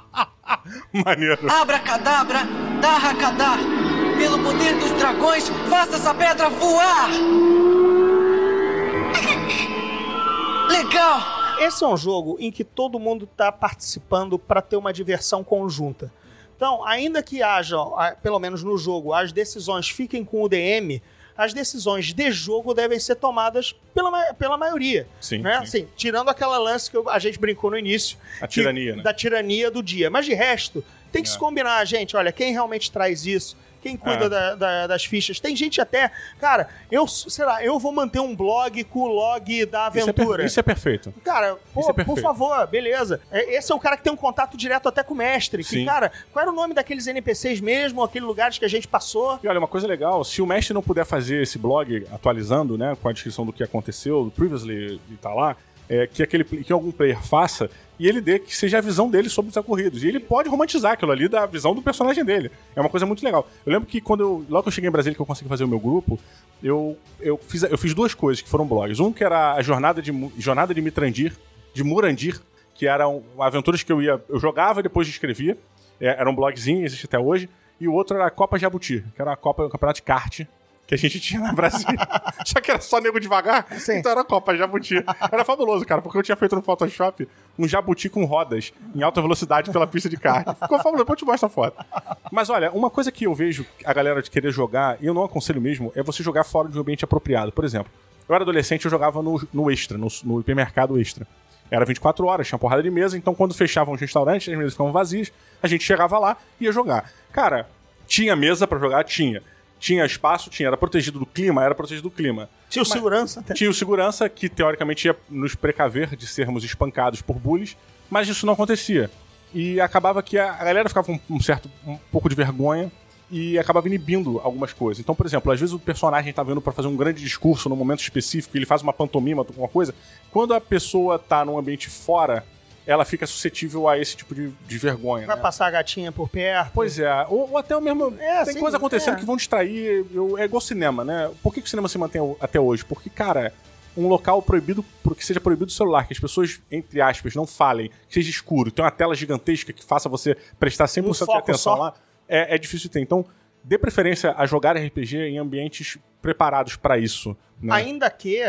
Maneiro. Abracadabra, Darracadar. Pelo poder dos dragões, faça essa pedra voar! Legal! Esse é um jogo em que todo mundo está participando para ter uma diversão conjunta. Então, ainda que haja, pelo menos no jogo, as decisões fiquem com o D M, as decisões de jogo devem ser tomadas pela, pela maioria. Sim, né? sim. Assim, tirando aquela lance que a gente brincou no início. A tirania, que, né? Da tirania do dia. Mas de resto, tem que é. se combinar, gente. Olha, quem realmente traz isso? Quem cuida é. da, da, das fichas? Tem gente até... Cara, eu, sei lá, eu vou manter um blog com o log da aventura. Isso é, per- isso é perfeito. Cara, pô, é perfeito. por favor, beleza. Esse é o cara que tem um contato direto até com o mestre. Que, cara, qual era o nome daqueles N P Cs mesmo, aqueles lugares que a gente passou? E olha, uma coisa legal, se o mestre não puder fazer esse blog atualizando, né, com a descrição do que aconteceu, do previously e tá lá, é, que, aquele, que algum player faça e ele dê que seja a visão dele sobre os ocorridos. E ele pode romantizar aquilo ali da visão do personagem dele. É uma coisa muito legal. Eu lembro que quando eu, logo que eu cheguei em Brasília, que eu consegui fazer o meu grupo, eu, eu, fiz, eu fiz duas coisas que foram blogs. Um que era a jornada de, jornada de Mitrandir, de Murandir, que eram aventuras que eu ia, eu jogava e depois escrevia. É, era um blogzinho, existe até hoje. E o outro era a Copa Jabuti, que era a Copa, um campeonato de kart que a gente tinha na Brasília. Só que era só nego devagar, Sim. então era a Copa Jabuti. Era fabuloso, cara, porque eu tinha feito no Photoshop um jabuti com rodas em alta velocidade pela pista de kart. Ficou fabuloso, depois eu te mostro a foto. Mas olha, uma coisa que eu vejo a galera de querer jogar, e eu não aconselho mesmo, é você jogar fora de um ambiente apropriado. Por exemplo, eu era adolescente, eu jogava no, no Extra, no, no hipermercado Extra. Era vinte e quatro horas, tinha porrada de mesa, então quando fechavam os restaurantes, as mesas ficavam vazias, a gente chegava lá e ia jogar. Cara, tinha mesa pra jogar? Tinha. Tinha espaço, tinha, era protegido do clima, era protegido do clima. Tinha o Mas, segurança até. Tinha o segurança, que teoricamente ia nos precaver de sermos espancados por bullies, mas isso não acontecia. E acabava que a galera ficava com um certo, um pouco de vergonha e acabava inibindo algumas coisas. Então, por exemplo, às vezes o personagem tá vindo pra fazer um grande discurso num momento específico, ele faz uma pantomima, alguma coisa, quando a pessoa tá num ambiente fora, ela fica suscetível a esse tipo de, de vergonha. Vai né? passar a gatinha por perto. Pois é. Ou, ou até o mesmo... É, tem sim, coisa acontecendo é. que vão distrair. Eu, é igual cinema, né? Por que, que o cinema se mantém até hoje? Porque, cara, um local proibido, que seja proibido o celular, que as pessoas, entre aspas, não falem, que seja escuro, tem uma tela gigantesca que faça você prestar cem por cento um de atenção só. lá, é, é difícil de ter. Então, dê preferência a jogar R P G em ambientes preparados pra isso. Né? Ainda que...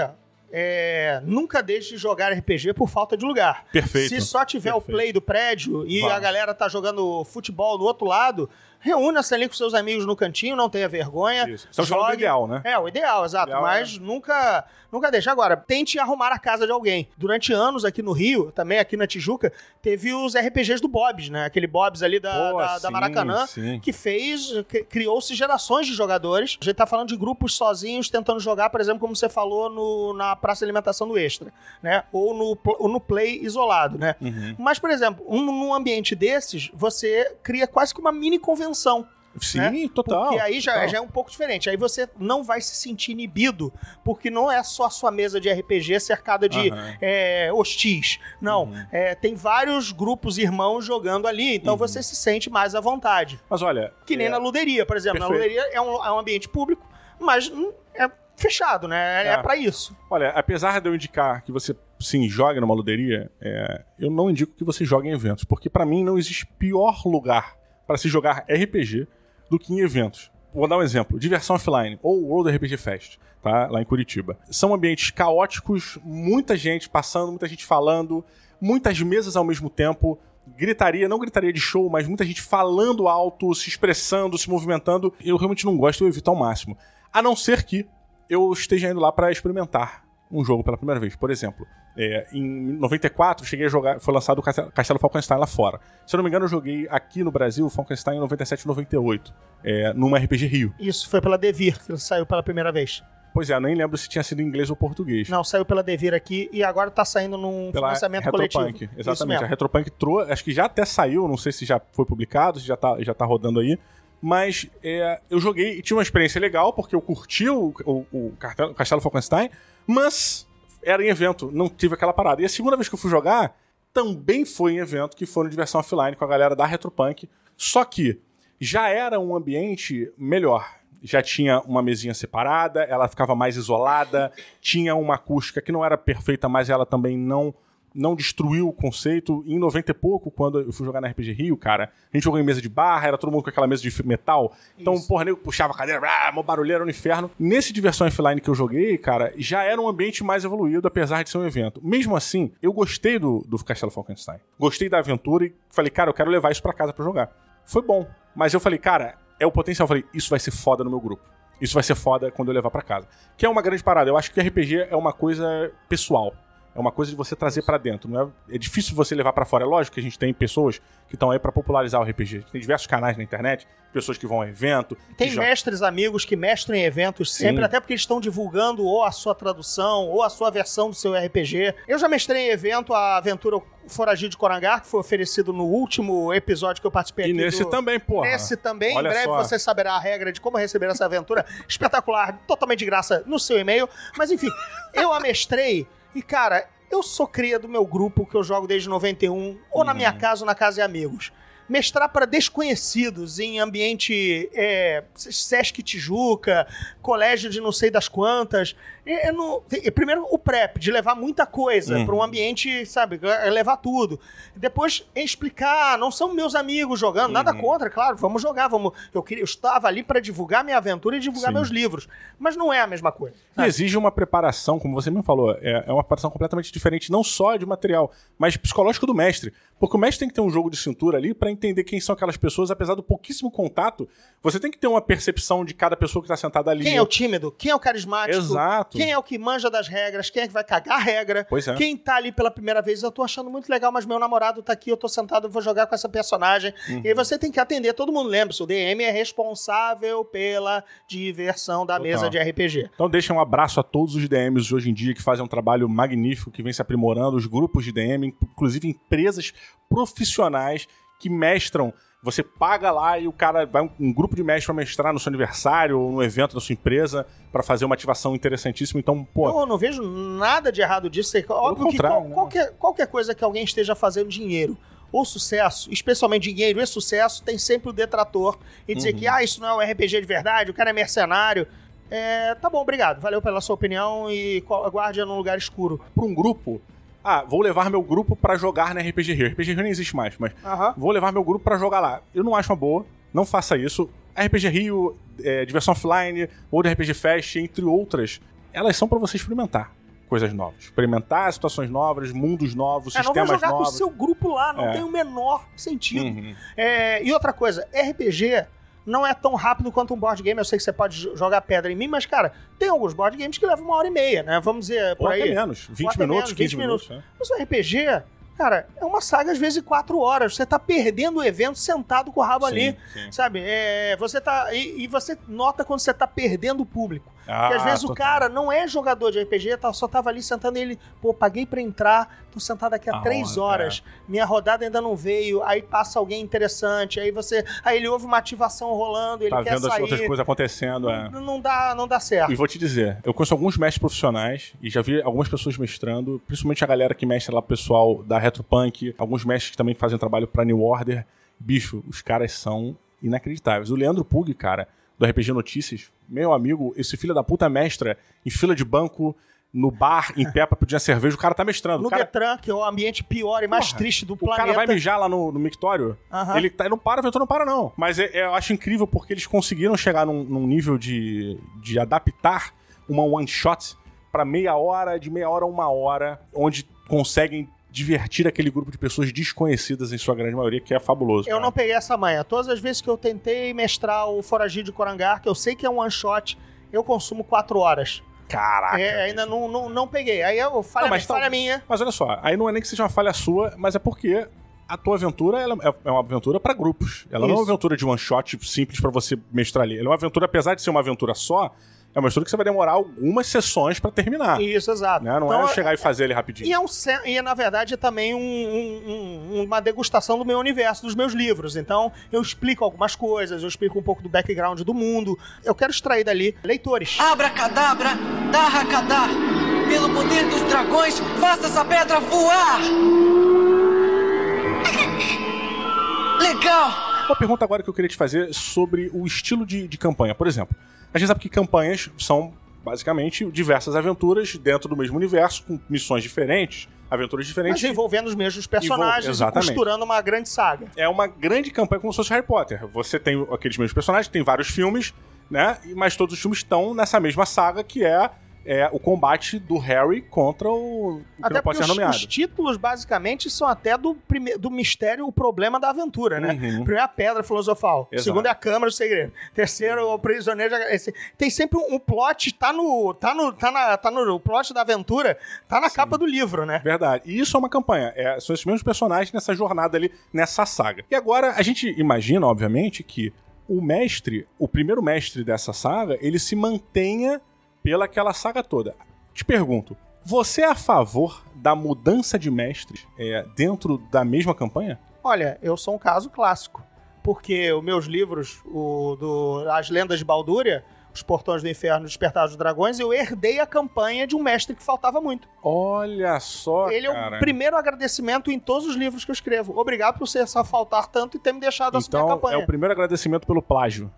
É, nunca deixe de jogar R P G por falta de lugar. Perfeito. Se só tiver Perfeito. o play do prédio e Vai. a galera tá jogando futebol do outro lado, reúna-se ali com seus amigos no cantinho, não tenha vergonha. Isso. Estamos falando do ideal, né? É, o ideal, exato. O ideal mas é... nunca, nunca deixe. Agora, tente arrumar a casa de alguém. Durante anos aqui no Rio, também aqui na Tijuca, teve os R P Gs do Bob's, né? Aquele Bob's ali da, Pô, da, sim, da Maracanã, sim. que fez, que, criou-se gerações de jogadores. A gente tá falando de grupos sozinhos tentando jogar, por exemplo, como você falou no, na praça de alimentação do Extra, né? Ou no, ou no play isolado, né? Uhum. Mas, por exemplo, um, num ambiente desses, você cria quase que uma mini convenção. Sim, né? total. Porque aí já, total. já é um pouco diferente. Aí você não vai se sentir inibido, porque não é só a sua mesa de R P G cercada de uhum. é, hostis. Não, uhum. é, tem vários grupos irmãos jogando ali, então uhum. você se sente mais à vontade. Mas olha... Que nem é... na luderia, por exemplo. Perfeito. Na luderia é um, é um ambiente público, mas é fechado, né? É, é. é pra isso. Olha, apesar de eu indicar que você, sim, jogue numa luderia, é, eu não indico que você jogue em eventos, porque pra mim não existe pior lugar pra se jogar R P G do que em eventos. Vou dar um exemplo. Diversão Offline, ou World R P G Fest, tá? Lá em Curitiba. São ambientes caóticos, muita gente passando, muita gente falando, muitas mesas ao mesmo tempo, gritaria, não gritaria de show, mas muita gente falando alto, se expressando, se movimentando. Eu realmente não gosto, eu evito ao máximo. A não ser que eu esteja indo lá pra experimentar um jogo pela primeira vez. Por exemplo, é, em noventa e quatro, cheguei a jogar, foi lançado o Castelo Falkenstein lá fora. Se eu não me engano, eu joguei aqui no Brasil o Falkenstein em noventa e sete e noventa e oito, é, numa R P G Rio. Isso, foi pela Devir que ele saiu pela primeira vez. Pois é, eu nem lembro se tinha sido em inglês ou português. Não, saiu pela Devir aqui e agora tá saindo num pela financiamento Retropunk, coletivo. exatamente. A Retropunk trouxe, acho que já até saiu, não sei se já foi publicado, se já tá, já tá rodando aí. Mas é, eu joguei e tinha uma experiência legal, porque eu curti o, o, o Castelo Falkenstein, mas era em evento, não tive aquela parada. E a segunda vez que eu fui jogar, também foi em evento, que foi no Diversão Offline com a galera da Retropunk. Só que já era um ambiente melhor. Já tinha uma mesinha separada, ela ficava mais isolada, tinha uma acústica que não era perfeita, mas ela também não... não destruiu o conceito. Em noventa e pouco, quando eu fui jogar na R P G Rio, cara, a gente jogou em mesa de barra, era todo mundo com aquela mesa de metal. Então, Isso. porra, nego puxava a cadeira, ah, mó barulheiro, era um inferno. Nesse Diversão Offline que eu joguei, cara, já era um ambiente mais evoluído, apesar de ser um evento. Mesmo assim, eu gostei do, do Castelo Falkenstein. Gostei da aventura e falei, cara, eu quero levar isso pra casa pra jogar. Foi bom. Mas eu falei, cara, é o potencial. Eu falei, isso vai ser foda no meu grupo. Isso vai ser foda quando eu levar pra casa. Que é uma grande parada. Eu acho que R P G é uma coisa pessoal. É uma coisa de você trazer pra dentro. Não é, é difícil você levar pra fora. É lógico que a gente tem pessoas que estão aí pra popularizar o R P G. Tem diversos canais na internet, pessoas que vão a evento. Tem mestres já... amigos que mestram em eventos sempre, Sim. até porque eles estão divulgando ou a sua tradução ou a sua versão do seu R P G. Eu já mestrei em evento a aventura Foragido de Korangar, que foi oferecido no último episódio que eu participei e aqui. E nesse do... também, porra. Nesse também. Olha em breve só. você saberá a regra de como receber essa aventura espetacular, totalmente de graça, no seu e-mail. Mas enfim, eu a mestrei e, cara... Eu sou cria do meu grupo, que eu jogo desde noventa e um, ou uhum. na minha casa ou na casa de amigos. Mestrar para desconhecidos em ambiente é, Sesc Tijuca, colégio de não sei das quantas. É, é no, é, primeiro o prep, de levar muita coisa uhum. para um ambiente, sabe, levar tudo. Depois explicar, não são meus amigos jogando, uhum. nada contra, claro, vamos jogar. Vamos, eu, queria, eu estava ali para divulgar minha aventura e divulgar Sim. meus livros. Mas não é a mesma coisa. E exige uma preparação, como você mesmo falou, é, é uma preparação completamente diferente, não só de material, mas psicológico do mestre. Porque o mestre tem que ter um jogo de cintura ali para entender quem são aquelas pessoas, apesar do pouquíssimo contato, você tem que ter uma percepção de cada pessoa que tá sentada ali. Quem é o tímido? Quem é o carismático? Exato. Quem é o que manja das regras? Quem é que vai cagar a regra? Pois é. Quem tá ali pela primeira vez? Eu tô achando muito legal, mas meu namorado tá aqui, eu tô sentado, eu vou jogar com essa personagem. Uhum. E aí você tem que atender, todo mundo lembra, o D M é responsável pela diversão da Total. mesa de R P G. Então deixa um abraço a todos os D Ms de hoje em dia que fazem um trabalho magnífico, que vem se aprimorando, os grupos de D M, inclusive empresas profissionais que mestram. Você paga lá e o cara vai um, um grupo de mestres pra mestrar no seu aniversário ou no evento da sua empresa pra fazer uma ativação interessantíssima. Então, pô... Eu não vejo nada de errado disso. Óbvio que qual, né? qualquer, qualquer coisa que alguém esteja fazendo dinheiro ou sucesso, especialmente dinheiro e sucesso, tem sempre o detrator e dizer uhum. que ah, isso não é um R P G de verdade, o cara é mercenário. É, tá bom, obrigado. Valeu pela sua opinião e guarde num lugar escuro. Pra um grupo... Ah, vou levar meu grupo pra jogar na R P G Rio. R P G Rio nem existe mais, mas uhum. vou levar meu grupo pra jogar lá. Eu não acho uma boa, não faça isso. R P G Rio, é, Diversão Offline, World R P G Fest, entre outras, elas são pra você experimentar coisas novas. Experimentar situações novas, mundos novos, é, sistemas novos. Não vai jogar novos. com o seu grupo lá, não é. tem o menor sentido. Uhum. É, e outra coisa, R P G... não é tão rápido quanto um board game. Eu sei que você pode jogar pedra em mim, mas, cara, tem alguns board games que levam uma hora e meia, né? Vamos dizer, por Ou aí. até menos. vinte minutos, quinze minutos. É. Mas o R P G, cara, é uma saga, às vezes, quatro horas. Você tá perdendo o evento sentado com o rabo sim, ali, sim. sabe? É, você tá... E, e você nota quando você tá perdendo o público. Ah, Porque às vezes total. o cara não é jogador de R P G, tá, só tava ali sentando e ele, pô, paguei pra entrar, tô sentado aqui há ah, três horas, é. minha rodada ainda não veio, aí passa alguém interessante, aí você, aí ele ouve uma ativação rolando, ele tá quer sair. Tá vendo as outras coisas acontecendo, não, é. Não dá, não dá certo. E vou te dizer, eu conheço alguns mestres profissionais e já vi algumas pessoas mestrando, principalmente a galera que mestra lá o pessoal da Retropunk, alguns mestres que também fazem trabalho pra New Order. Bicho, os caras são inacreditáveis. O Leandro Pug, cara, do R P G Notícias, meu amigo, esse filho da puta mestra em fila de banco, no bar, em pé pra pedir uma cerveja, o cara tá mestrando. No o cara... Detran, que é o ambiente pior e mais Porra, triste do planeta. O cara vai mijar lá no, no mictório, uh-huh. ele, tá, ele não para, o aventura não para não. Mas é, é, eu acho incrível porque eles conseguiram chegar num, num nível de, de adaptar uma one-shot pra meia hora, de meia hora a uma hora, onde conseguem divertir aquele grupo de pessoas desconhecidas, em sua grande maioria, que é fabuloso. Eu cara. não peguei essa manha. Todas as vezes que eu tentei mestrar o Foragido de Korangar, que eu sei que é um one-shot, eu consumo quatro horas. Caraca. É, ainda não, não, não peguei. Aí eu falha, não, mas falha tá, minha. Mas olha só, aí não é nem que seja uma falha sua, mas é porque a tua aventura ela é uma aventura pra grupos. Ela Isso. não é uma aventura de one-shot simples pra você mestrar ali. Ela é uma aventura, apesar de ser uma aventura só, é uma história que você vai demorar algumas sessões pra terminar. Isso, exato. Né? Não então, é chegar e fazer ele rapidinho. E, é, um, e na verdade, é também um, um, um, uma degustação do meu universo, dos meus livros. Então, eu explico algumas coisas, eu explico um pouco do background do mundo. Eu quero extrair dali leitores. Abracadabra, Darracadar, pelo poder dos dragões, faça essa pedra voar! Legal! Uma pergunta agora que eu queria te fazer sobre o estilo de, de campanha. Por exemplo, a gente sabe que campanhas são, basicamente, diversas aventuras dentro do mesmo universo, com missões diferentes, aventuras diferentes. Mas envolvendo os mesmos personagens Envol... e costurando uma grande saga. É uma grande campanha como se fosse Harry Potter. Você tem aqueles mesmos personagens, tem vários filmes, né? Mas todos os filmes estão nessa mesma saga que é é o combate do Harry contra o, o que não pode ser nomeado. Os títulos, basicamente, são até do, prime... do mistério, o problema da aventura, né? Uhum. Primeiro é a Pedra Filosofal. Exato. Segundo é a Câmara do Segredo. Terceiro, o Prisioneiro... Esse... Tem sempre um, um plot, tá no, tá no, tá na, tá no o plot da aventura, tá na Sim. capa do livro, né? Verdade. E isso é uma campanha. É, são esses mesmos personagens nessa jornada ali, nessa saga. E agora, a gente imagina, obviamente, que o mestre, o primeiro mestre dessa saga, ele se mantenha pela aquela saga toda. Te pergunto, você é a favor da mudança de mestres é, dentro da mesma campanha? Olha, eu sou um caso clássico, porque os meus livros, o, do, As Lendas de Baldúria, Os Portões do Inferno e Despertar dos Dragões, eu herdei a campanha de um mestre que faltava muito. Olha só, Ele cara. é o primeiro agradecimento em todos os livros que eu escrevo. Obrigado por você só faltar tanto e ter me deixado assumir então, a campanha. É o primeiro agradecimento pelo plágio.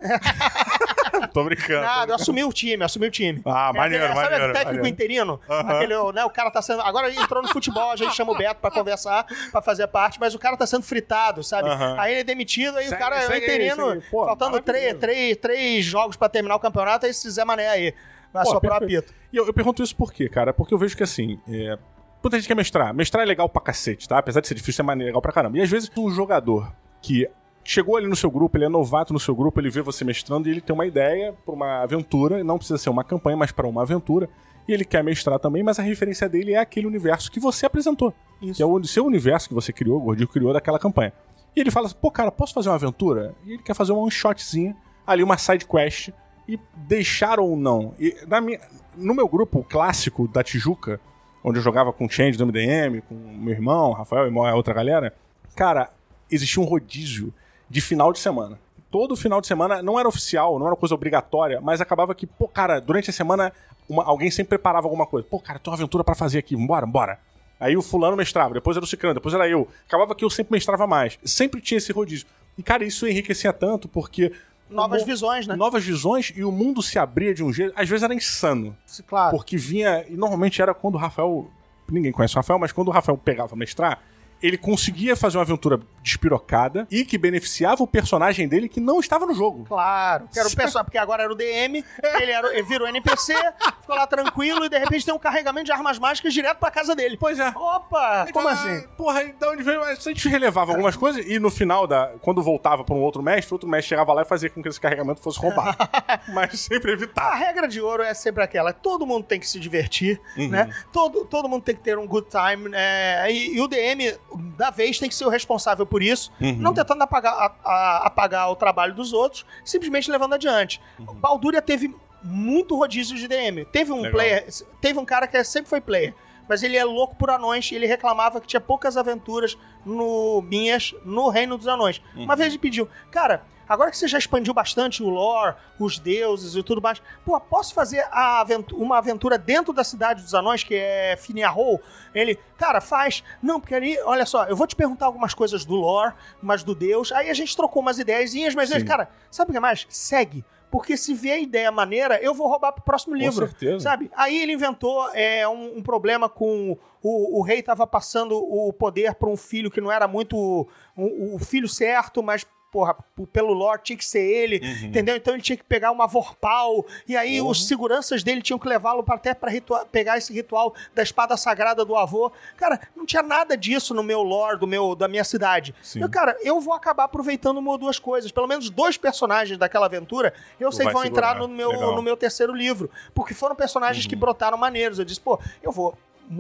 Tô brincando. Nada, eu assumi o time, assumi o time. Ah, é, maneiro, é, maneiro. Sabe o técnico maneiro. interino? Uhum. Aquele, né, o cara tá sendo... Agora ele entrou no futebol, a gente chama o Beto pra conversar, pra fazer parte, mas o cara tá sendo fritado, sabe? Uhum. Aí ele é demitido, aí segue, o cara é interino, aí, Pô, faltando três, três, três jogos pra terminar o campeonato, aí se fizer mané aí, vai Pô, soprar o apito. E eu, eu pergunto isso por quê, cara? Porque eu vejo que assim... É... Muita gente quer mestrar. Mestrar é legal pra cacete, tá? Apesar de ser difícil, é legal pra caramba. E às vezes um jogador que chegou ali no seu grupo, ele é novato no seu grupo, ele vê você mestrando e ele tem uma ideia pra uma aventura, não precisa ser uma campanha, mas pra uma aventura, e ele quer mestrar também, mas a referência dele é aquele universo que você apresentou. Isso. Que é o seu universo que você criou, o Gordinho criou daquela campanha. E ele fala assim, pô, cara, posso fazer uma aventura? E ele quer fazer uma one-shotzinha, ali uma side quest, e deixar ou não. E na minha, no meu grupo clássico da Tijuca, onde eu jogava com o Change do M D M, com meu irmão, Rafael e a outra galera, cara, existia um rodízio de final de semana. Todo final de semana não era oficial, não era coisa obrigatória, mas acabava que, pô, cara, durante a semana uma, alguém sempre preparava alguma coisa. Pô, cara, tem uma aventura pra fazer aqui, bora, bora. Aí o fulano mestrava, depois era o ciclano, depois era eu. Acabava que eu sempre mestrava mais. Sempre tinha esse rodízio. E, cara, isso enriquecia tanto, porque... Novas mo... visões, né? Novas visões, e o mundo se abria de um jeito... Às vezes era insano. Claro. Porque vinha... E normalmente era quando o Rafael... Ninguém conhece o Rafael, mas quando o Rafael pegava pra mestrar, ele conseguia fazer uma aventura despirocada e que beneficiava o personagem dele que não estava no jogo. Claro. Que era o personagem, porque agora era o D M, ele, era, ele virou N P C, ficou lá tranquilo e de repente tem um carregamento de armas mágicas direto pra casa dele. Pois é. Opa! Como ah, assim? Porra, então onde veio? A gente relevava algumas coisas e no final, da, quando voltava pra um outro mestre, outro mestre chegava lá e fazia com que esse carregamento fosse roubado. Mas sempre evitava. A regra de ouro é sempre aquela, todo mundo tem que se divertir, uhum. né? Todo, todo mundo tem que ter um good time, é, e, e o D M... da vez tem que ser o responsável por isso, uhum. não tentando apagar, a, a, apagar o trabalho dos outros, simplesmente levando adiante. Uhum. Baldúria teve muito rodízio de D M. Teve um Legal. player, teve um cara que sempre foi player, mas ele é louco por anões e ele reclamava que tinha poucas aventuras no, minhas no Reino dos Anões. Uhum. Uma vez ele pediu, cara, agora que você já expandiu bastante o lore, os deuses e tudo mais, pô, posso fazer a aventura, uma aventura dentro da Cidade dos Anões, que é Finiarrow? Ele, cara, faz. Não, porque ali, olha só, eu vou te perguntar algumas coisas do lore, mas do deus. Aí a gente trocou umas ideiazinhas, mas, Sim. cara, sabe o que mais? Segue. Porque se vier ideia maneira, eu vou roubar pro próximo livro. Com certeza. Sabe? Aí ele inventou é, um, um problema com... O, o rei tava passando o poder para um filho que não era muito... O um, um filho certo, mas... Porra, pelo lore tinha que ser ele, uhum. entendeu? Então ele tinha que pegar uma Vorpal, e aí uhum. os seguranças dele tinham que levá-lo pra, até pra ritual, pegar esse ritual da espada sagrada do avô. Cara, não tinha nada disso no meu lore, do meu, da minha cidade. Eu, cara, eu vou acabar aproveitando uma ou duas coisas. Pelo menos dois personagens daquela aventura, eu tu sei que vão segurar. entrar no meu, no meu terceiro livro. Porque foram personagens uhum. que brotaram maneiros. Eu disse, pô, eu vou...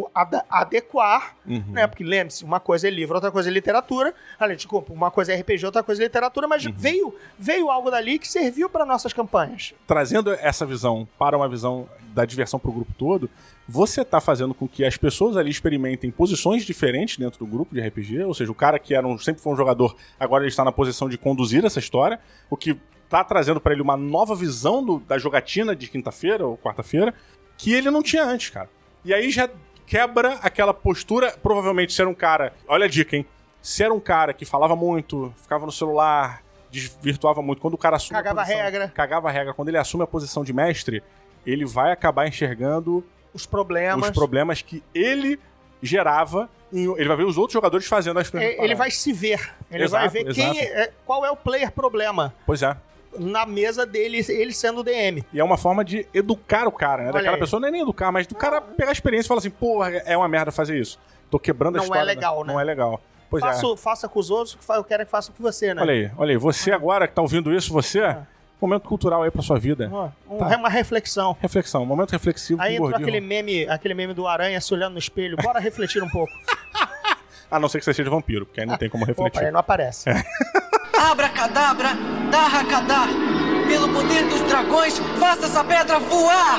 adequar, uhum. né? Porque lembre-se, uma coisa é livro, outra coisa é literatura. Além de uma coisa é R P G, outra coisa é literatura, mas uhum. veio, veio algo dali que serviu para nossas campanhas. Trazendo essa visão para uma visão da diversão para o grupo todo, você está fazendo com que as pessoas ali experimentem posições diferentes dentro do grupo de R P G, ou seja, o cara que era um, sempre foi um jogador, agora ele está na posição de conduzir essa história, o que está trazendo para ele uma nova visão do, da jogatina de quinta-feira ou quarta-feira, que ele não tinha antes, cara. E aí já quebra aquela postura, provavelmente se era um cara, olha a dica, hein, se era um cara que falava muito, ficava no celular, desvirtuava muito, quando o cara assume cagava a posição, a regra. Cagava a regra, quando ele assume a posição de mestre, ele vai acabar enxergando os problemas, os problemas que ele gerava, em, ele vai ver os outros jogadores fazendo as Ele, ele vai se ver, ele exato, vai ver quem é, qual é o player problema. Pois é. na mesa dele, ele sendo o D M. E é uma forma de educar o cara, né? Olha Daquela aí. pessoa não é nem educar, mas do cara pegar a experiência e falar assim, porra, é uma merda fazer isso. Tô quebrando a Não história. é legal, né? Não é legal. Pois Faço, é. Faça com os outros o que eu quero que faça com você, né? Olha aí, olha aí. Você agora que tá ouvindo isso, você... Ah. Momento cultural aí pra sua vida. Um, Tá. Uma reflexão. Reflexão, momento reflexivo Aí com o entrou gordinho. aquele meme, aquele meme do Aranha se olhando no espelho. Bora refletir um pouco. A não ser que você seja vampiro, porque aí não tem como refletir. Opa, aí não aparece. Abracadabra, Darracadar, pelo poder dos dragões, faça essa pedra voar!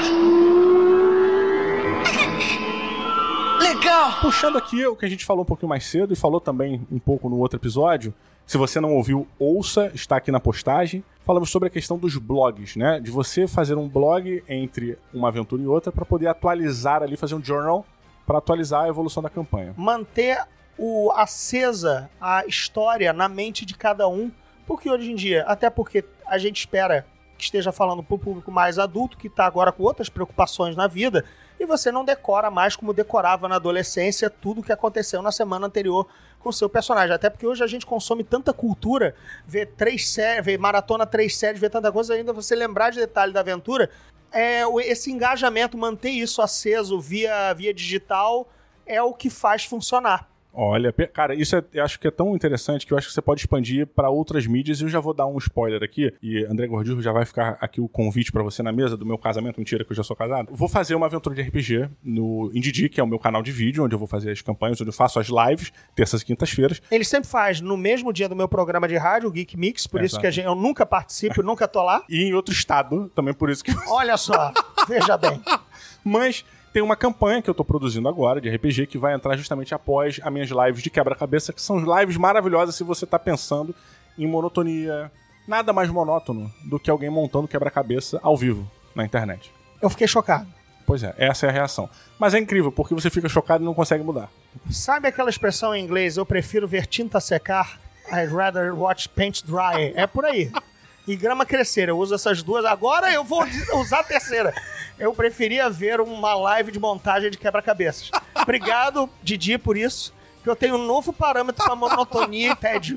Legal! Puxando aqui o que a gente falou um pouquinho mais cedo e falou também um pouco no outro episódio, se você não ouviu, ouça, está aqui na postagem. Falamos sobre a questão dos blogs, né? De você fazer um blog entre uma aventura e outra para poder atualizar ali, fazer um journal para atualizar a evolução da campanha. Manter o, acesa a história na mente de cada um, porque hoje em dia, até porque a gente espera que esteja falando para o público mais adulto, que está agora com outras preocupações na vida, e você não decora mais como decorava na adolescência tudo o que aconteceu na semana anterior com o seu personagem. Até porque hoje a gente consome tanta cultura, vê três séries, vê maratona três séries, vê tanta coisa, ainda você lembrar de detalhe da aventura, é, esse engajamento, manter isso aceso via, via digital é o que faz funcionar. Olha, cara, isso é, eu acho que é tão interessante que eu acho que você pode expandir para outras mídias e eu já vou dar um spoiler aqui e André Gordillo já vai ficar aqui o convite para você na mesa do meu casamento, mentira que eu já sou casado. Vou fazer uma aventura de R P G no Indidi, que é o meu canal de vídeo, onde eu vou fazer as campanhas, onde eu faço as lives, terças e quintas-feiras. Ele sempre faz no mesmo dia do meu programa de rádio, o Geek Mix, por Exato. Isso que a gente, eu nunca participo, nunca tô lá. E em outro estado, também por isso que... Olha só, veja bem. Mas... tem uma campanha que eu tô produzindo agora, de R P G, que vai entrar justamente após as minhas lives de quebra-cabeça, que são lives maravilhosas se você tá pensando em monotonia. Nada mais monótono do que alguém montando quebra-cabeça ao vivo na internet. Eu fiquei chocado. Pois é, essa é a reação. Mas é incrível, porque você fica chocado e não consegue mudar. Sabe aquela expressão em inglês, eu prefiro ver tinta secar, I'd rather watch paint dry? É por aí. E grama crescer, eu uso essas duas. Agora eu vou usar a terceira. Eu preferia ver uma live de montagem de quebra-cabeças. Obrigado, Didi, por isso, que eu tenho um novo parâmetro para monotonia e tédio.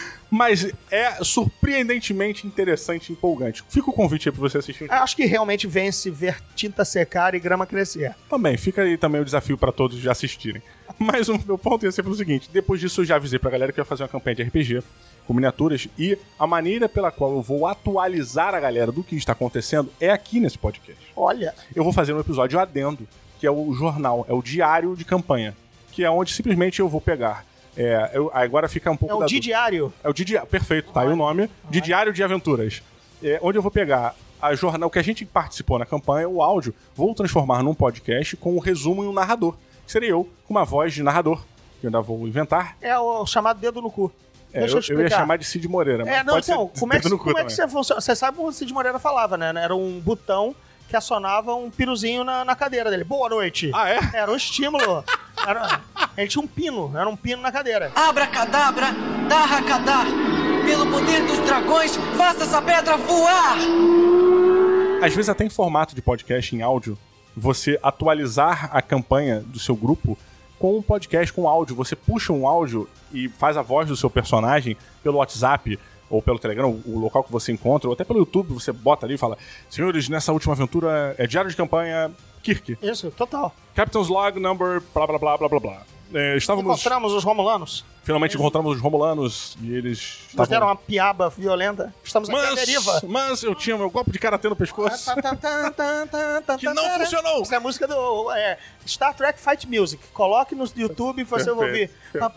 Mas é surpreendentemente interessante e empolgante. Fica o convite aí pra você assistir. Acho que realmente vence ver tinta secar e grama crescer. Também, fica aí também o desafio pra todos de assistirem. Mas o meu ponto ia ser pelo seguinte, depois disso eu já avisei pra galera que eu ia fazer uma campanha de R P G com miniaturas e a maneira pela qual eu vou atualizar a galera do que está acontecendo é aqui nesse podcast. Olha. Eu vou fazer um episódio adendo, que é o jornal, é o diário de campanha, que é onde simplesmente eu vou pegar. É, eu, agora fica um pouco É o da Diário. É o Diário, perfeito, tá aí o nome. De Diário de Aventuras. É, onde eu vou pegar a jornal que a gente participou na campanha, o áudio, vou transformar num podcast com um resumo e um narrador. Que seria eu, com uma voz de narrador, que eu ainda vou inventar. É o chamado dedo no cu. É, Deixa eu, eu, explicar. eu ia chamar de Cid Moreira. Mas É, não, pode então, ser como é que, dedo no cu como é que você funciona? Você sabe como o Cid Moreira falava, né? Era um botão que acionava um piruzinho na, na cadeira dele. Boa noite. Ah, é? Era um estímulo. Era, ele tinha um pino, era um pino na cadeira. Abracadabra, Darracadar, pelo poder dos dragões, faça essa pedra voar! Às vezes até em formato de podcast, em áudio, você atualizar a campanha do seu grupo com um podcast, com áudio. Você puxa um áudio e faz a voz do seu personagem pelo WhatsApp ou pelo Telegram, o local que você encontra, ou até pelo YouTube, você bota ali e fala: senhores, nessa última aventura é diário de campanha Kirk. Isso, total. Captain's Log Number blá blá blá blá blá blá. É, estávamos... Encontramos os romulanos. Finalmente encontramos os romulanos e eles Nos estavam... deram uma piaba violenta. Estamos aqui à deriva. Mas, mas eu tinha meu golpe de karatê no pescoço. Que não funcionou. Essa é a música do é, Star Trek Fight Music. Coloque no YouTube e você vai ouvir.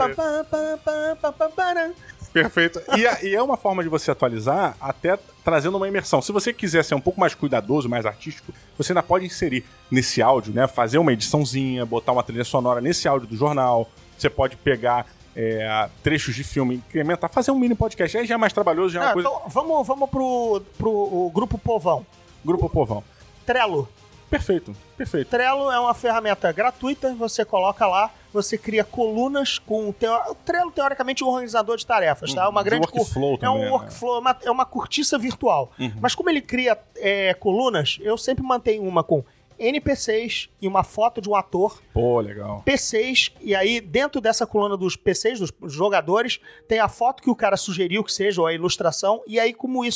Perfeito. E, a, e é uma forma de você atualizar até trazendo uma imersão. Se você quiser ser um pouco mais cuidadoso, mais artístico, você ainda pode inserir nesse áudio, né? Fazer uma ediçãozinha, botar uma trilha sonora nesse áudio do jornal. Você pode pegar é, trechos de filme, incrementar, fazer um mini podcast. Aí já é mais trabalhoso, já é uma Ah, coisa... então, vamos vamos pro, pro o Grupo Povão. Grupo Povão. Trello. Perfeito, perfeito. Trello é uma ferramenta gratuita, você coloca lá, você cria colunas com... Teo... O Trello, teoricamente, é um organizador de tarefas, tá? É uma grande... workflow é também, um né? workflow, é uma, é uma cortiça virtual. Uhum. Mas como ele cria é, colunas, eu sempre mantenho uma com N P Cs e uma foto de um ator. Pô, legal. P Cs, e aí dentro dessa coluna dos P Cs, dos jogadores, tem a foto que o cara sugeriu que seja, ou a ilustração, e aí como isso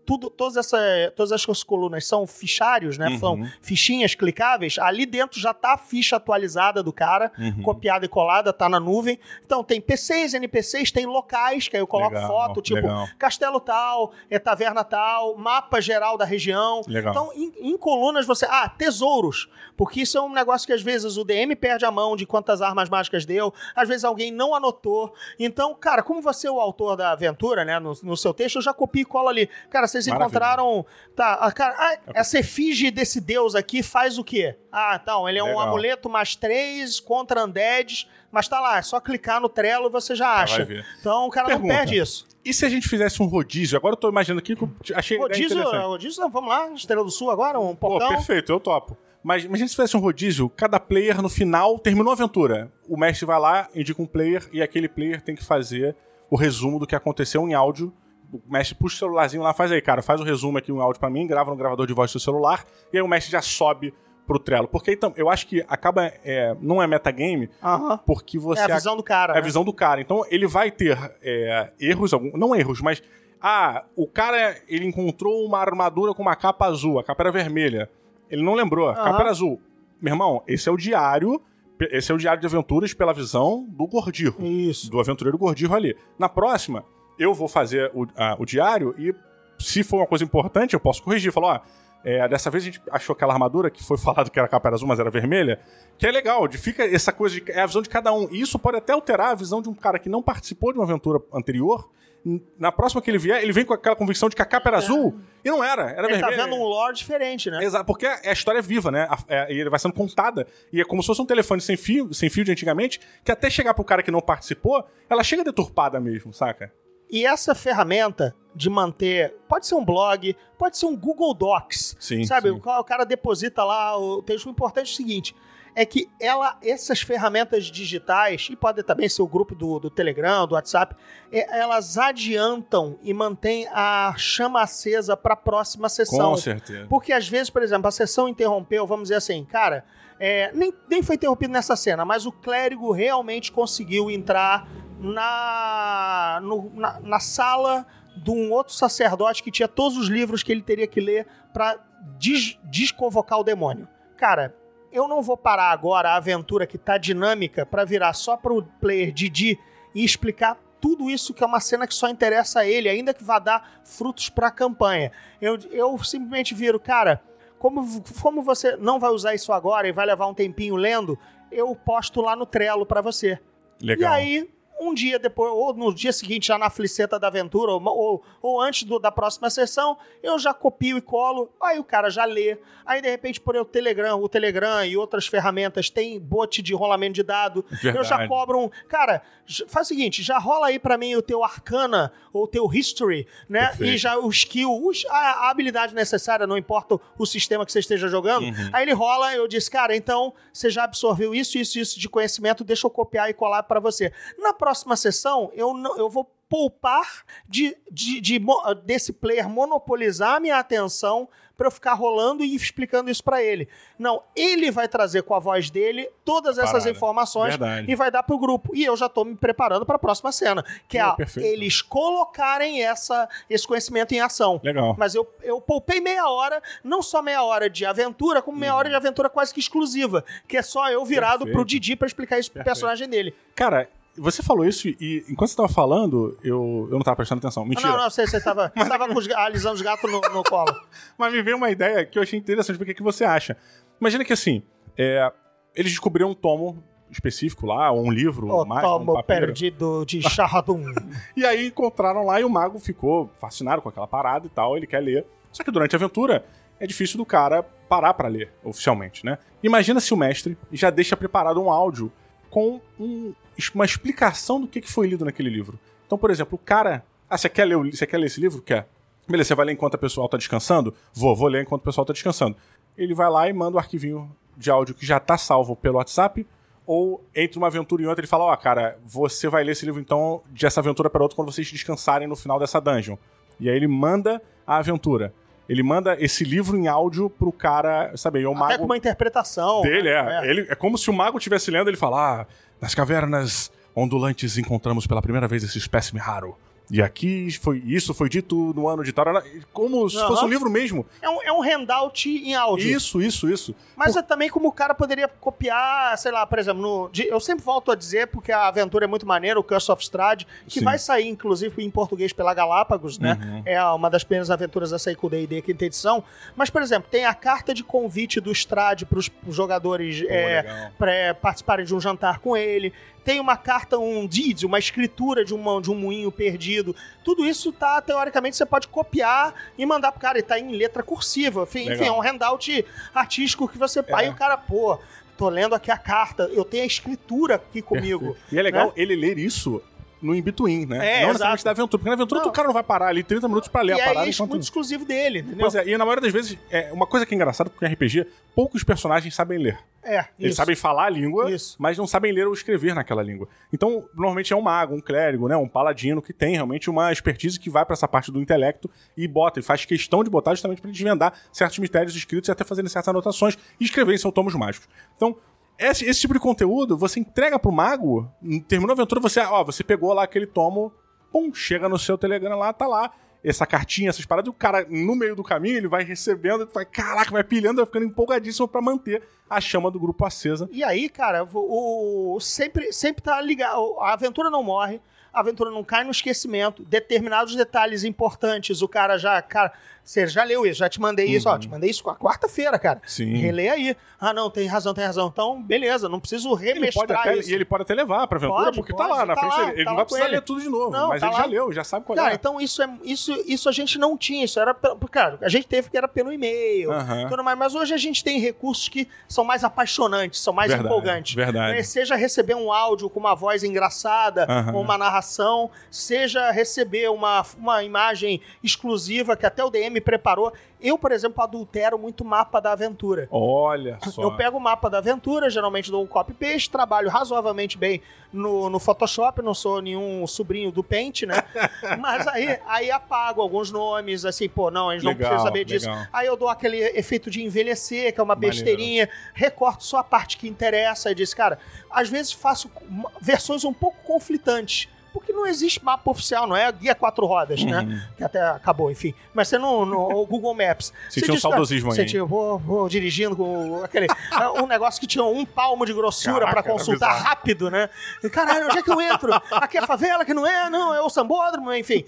tudo, todas, essa, todas essas colunas são fichários, né? Uhum. São fichinhas clicáveis. Ali dentro já tá a ficha atualizada do cara, uhum. copiada e colada, tá na nuvem. Então tem P Cs, N P Cs, tem locais, que aí eu coloco legal, foto, tipo, legal. castelo tal, é taverna tal, mapa geral da região. Legal. Então, em, em colunas você... Ah, tesouros. Porque isso é um negócio que às vezes o D M perde a mão de quantas armas mágicas deu, às vezes alguém não anotou. Então, cara, como você é o autor da aventura, né, no, no seu texto, eu já copio e colo ali. Cara, vocês Maravilha. encontraram... Tá, a, cara, ah, essa efígie desse deus aqui faz o quê? Ah, então, ele é Legal. um amuleto mais três contra undeads, mas tá lá, é só clicar no Trello e você já acha. Então, o cara Pergunta. não perde isso. E se a gente fizesse um rodízio? Agora eu tô imaginando aqui que eu achei rodízio, rodízio, vamos lá, Estrela do Sul agora, um portão. Pô, perfeito, eu topo. Mas imagina se fizesse um rodízio, cada player no final terminou a aventura. O mestre vai lá, indica um player e aquele player tem que fazer o resumo do que aconteceu em áudio. O mestre puxa o celularzinho lá, faz aí, cara, faz o resumo aqui em áudio pra mim, grava no gravador de voz do seu celular e aí o mestre já sobe pro Trello. Porque então, eu acho que acaba, é, não é metagame, uh-huh. porque você... É a visão do cara. É né? a visão do cara. Então ele vai ter é, erros, não erros, mas... Ah, o cara, ele encontrou uma armadura com uma capa azul, a capa era vermelha. Ele não lembrou, a uh-huh. capa era azul. Meu irmão, esse é o diário, esse é o diário de aventuras pela visão do Gordirro. Isso. Do aventureiro Gordirro ali. Na próxima, eu vou fazer o, a, o diário e, se for uma coisa importante, eu posso corrigir. Falar, ó, é, dessa vez a gente achou aquela armadura que foi falado que era a capa era azul, mas era vermelha, que é legal, de, fica essa coisa, de, é a visão de cada um. E isso pode até alterar a visão de um cara que não participou de uma aventura anterior. Na próxima que ele vier, ele vem com aquela convicção de que a capa era é. azul, e não era, era ele vermelha. Ele tá vendo um lore diferente, né? Exato, porque a, a história é viva, né? A, é, e ele vai sendo contada, e é como se fosse um telefone sem fio, sem fio de antigamente, que até chegar pro cara que não participou, ela chega deturpada mesmo, saca? E essa ferramenta de manter... Pode ser um blog, pode ser um Google Docs. Sim, sabe? sim. O cara deposita lá o texto. O importante é o seguinte... é que ela, essas ferramentas digitais, e pode também ser o grupo do, do Telegram, do WhatsApp, é, elas adiantam e mantêm a chama acesa para a próxima sessão. Com certeza. Porque às vezes, por exemplo, a sessão interrompeu, vamos dizer assim, cara, é, nem, nem foi interrompido nessa cena, mas o clérigo realmente conseguiu entrar na, no, na, na sala de um outro sacerdote que tinha todos os livros que ele teria que ler para des, desconvocar o demônio. Cara, eu não vou parar agora a aventura que tá dinâmica pra virar só pro player Didi e explicar tudo isso que é uma cena que só interessa a ele, ainda que vá dar frutos pra campanha. Eu, eu simplesmente viro, cara, como, como você não vai usar isso agora e vai levar um tempinho lendo, eu posto lá no Trello pra você. Legal. E aí... um dia depois, ou no dia seguinte, já na fliceta da aventura, ou, ou, ou antes do, da próxima sessão, eu já copio e colo, aí o cara já lê. Aí, de repente, por o Telegram, o Telegram e outras ferramentas tem bot de rolamento de dado. Verdade. Eu já cobro um... Cara, faz o seguinte, já rola aí pra mim o teu Arcana, ou o teu History, né? Perfeito. E já o skill, os, a, a habilidade necessária, não importa o, o sistema que você esteja jogando. Uhum. Aí ele rola, eu disse, cara, então, você já absorveu isso, isso, isso de conhecimento, deixa eu copiar e colar pra você. Na próxima sessão, eu, não, eu vou poupar de, de, de, desse player monopolizar a minha atenção para eu ficar rolando e explicando isso para ele. Não, ele vai trazer com a voz dele todas essas Parada. informações. Verdade. E vai dar pro grupo. E eu já tô me preparando para a próxima cena, que é, é eles colocarem essa, esse conhecimento em ação. Legal. Mas eu, eu poupei meia hora, não só meia hora de aventura, como meia uhum. hora de aventura quase que exclusiva, que é só eu virado Perfeito. pro Didi para explicar isso pro Perfeito. personagem dele. Cara, você falou isso e enquanto você tava falando, eu, eu não tava prestando atenção. Mentira. Não, não, você, você tava, você tava com os, alisando os gatos no, no colo. Mas me veio uma ideia que eu achei interessante, porque o que você acha? Imagina que assim, é, eles descobriram um tomo específico lá, ou um livro. O mais, tomo um perdido de Shahadum. E aí encontraram lá e o mago ficou fascinado com aquela parada e tal, ele quer ler. Só que durante a aventura é difícil do cara parar pra ler, oficialmente, né? Imagina se o mestre já deixa preparado um áudio com um, uma explicação do que foi lido naquele livro. Então, por exemplo, o cara... Ah, você quer ler, você quer ler esse livro? Quer. Beleza, você vai ler enquanto o pessoal tá descansando? Vou, vou ler enquanto o pessoal tá descansando. Ele vai lá e manda o arquivinho de áudio que já tá salvo pelo WhatsApp, ou entre uma aventura e outra ele fala, ó, oh, cara, você vai ler esse livro então de essa aventura para outra quando vocês descansarem no final dessa dungeon. E aí ele manda a aventura. Ele manda esse livro em áudio pro cara, sabe, o mago... Até com uma interpretação. Dele, é. É. Ele, é como se o mago estivesse lendo, ele fala, ah, nas cavernas ondulantes encontramos pela primeira vez esse espécime raro. E aqui foi isso, foi dito no ano de tal. Como se uhum. fosse um livro mesmo. É um, é um handout em áudio. Isso, isso, isso. Mas por... é também como o cara poderia copiar, sei lá, por exemplo, no, de, eu sempre volto a dizer, porque a aventura é muito maneira, o Curse of Strahd, que Sim. vai sair, inclusive, em português pela Galápagos, né? Uhum. É uma das primeiras aventuras a sair com o D e D quinta edição. Mas, por exemplo, tem a carta de convite do Strahd para os jogadores Pô, é, pra participarem de um jantar com ele. Tem uma carta, um deed, uma escritura de, uma, de um moinho perdido. Tudo isso tá, teoricamente, você pode copiar e mandar pro cara. E tá em letra cursiva. Enfim, enfim é um handout artístico que você... É. Aí o cara, pô, tô lendo aqui a carta, eu tenho a escritura aqui comigo. Perfeito. E é legal né? ele ler isso no in-between, né? É, não necessariamente da aventura. Porque na aventura não. o cara não vai parar ali trinta minutos pra ler e a parada. É enquanto... muito exclusivo dele, entendeu? Pois é, e na maioria das vezes, é uma coisa que é engraçada, porque em R P G, poucos personagens sabem ler. É, Eles isso. sabem falar a língua, isso. mas não sabem ler ou escrever naquela língua. Então, normalmente é um mago, um clérigo, né? Um paladino que tem realmente uma expertise que vai pra essa parte do intelecto e bota, e faz questão de botar justamente pra desvendar certos mistérios escritos e até fazendo certas anotações e escrever em seus tomos mágicos. Então, esse, esse tipo de conteúdo, você entrega pro mago, terminou a aventura, você, ó, você pegou lá aquele tomo, pum, chega no seu Telegram lá, tá lá, essa cartinha, essas paradas, e o cara, no meio do caminho, ele vai recebendo, vai, caraca, vai pilhando, vai ficando empolgadíssimo pra manter a chama do grupo acesa. E aí, cara, o, o sempre, sempre tá ligado, a aventura não morre, a aventura não cai no esquecimento, determinados detalhes importantes, o cara já, cara, você já leu isso, já te mandei uhum. isso, ó, te mandei isso quarta-feira, cara. Sim. Relê aí. Ah, não, tem razão, tem razão. Então, beleza, não preciso remestrar ele pode até, isso. E ele pode até levar pra aventura, pode, porque pode, tá lá na tá frente lá, dele. Ele tá não vai precisar ele. ler tudo de novo, não, mas tá ele lá. já leu, já sabe qual cara, é. Cara, então isso, é, isso, isso a gente não tinha, isso era, cara, a gente teve que era pelo e-mail, uhum. tudo mais, mas hoje a gente tem recursos que são mais apaixonantes, são mais verdade, empolgantes. Verdade. Né? Seja receber um áudio com uma voz engraçada, uhum. com uma narração, seja receber uma, uma imagem exclusiva que até o D M preparou. Eu, por exemplo, adultero muito mapa da aventura. Olha só. Eu pego o mapa da aventura, geralmente dou um copy-paste, trabalho razoavelmente bem no, no Photoshop, não sou nenhum sobrinho do Paint, né? Mas aí, aí apago alguns nomes, assim, pô, não, a gente legal, não precisa saber disso. Legal. Aí eu dou aquele efeito de envelhecer, que é uma besteirinha, maneiro. Recorto só a parte que interessa e diz, cara, às vezes faço versões um pouco conflitantes. Porque não existe mapa oficial, não é guia quatro rodas, uhum. né? Que até acabou, enfim. Mas você não... No, o Google Maps. Você tinha um saudosismo aí. Você tinha, vou, vou dirigindo com aquele... um negócio que tinha um palmo de grossura Caraca, pra consultar rápido, né? E, caralho, onde é que eu entro? Aqui é favela, que não é? Não, é o sambódromo, enfim.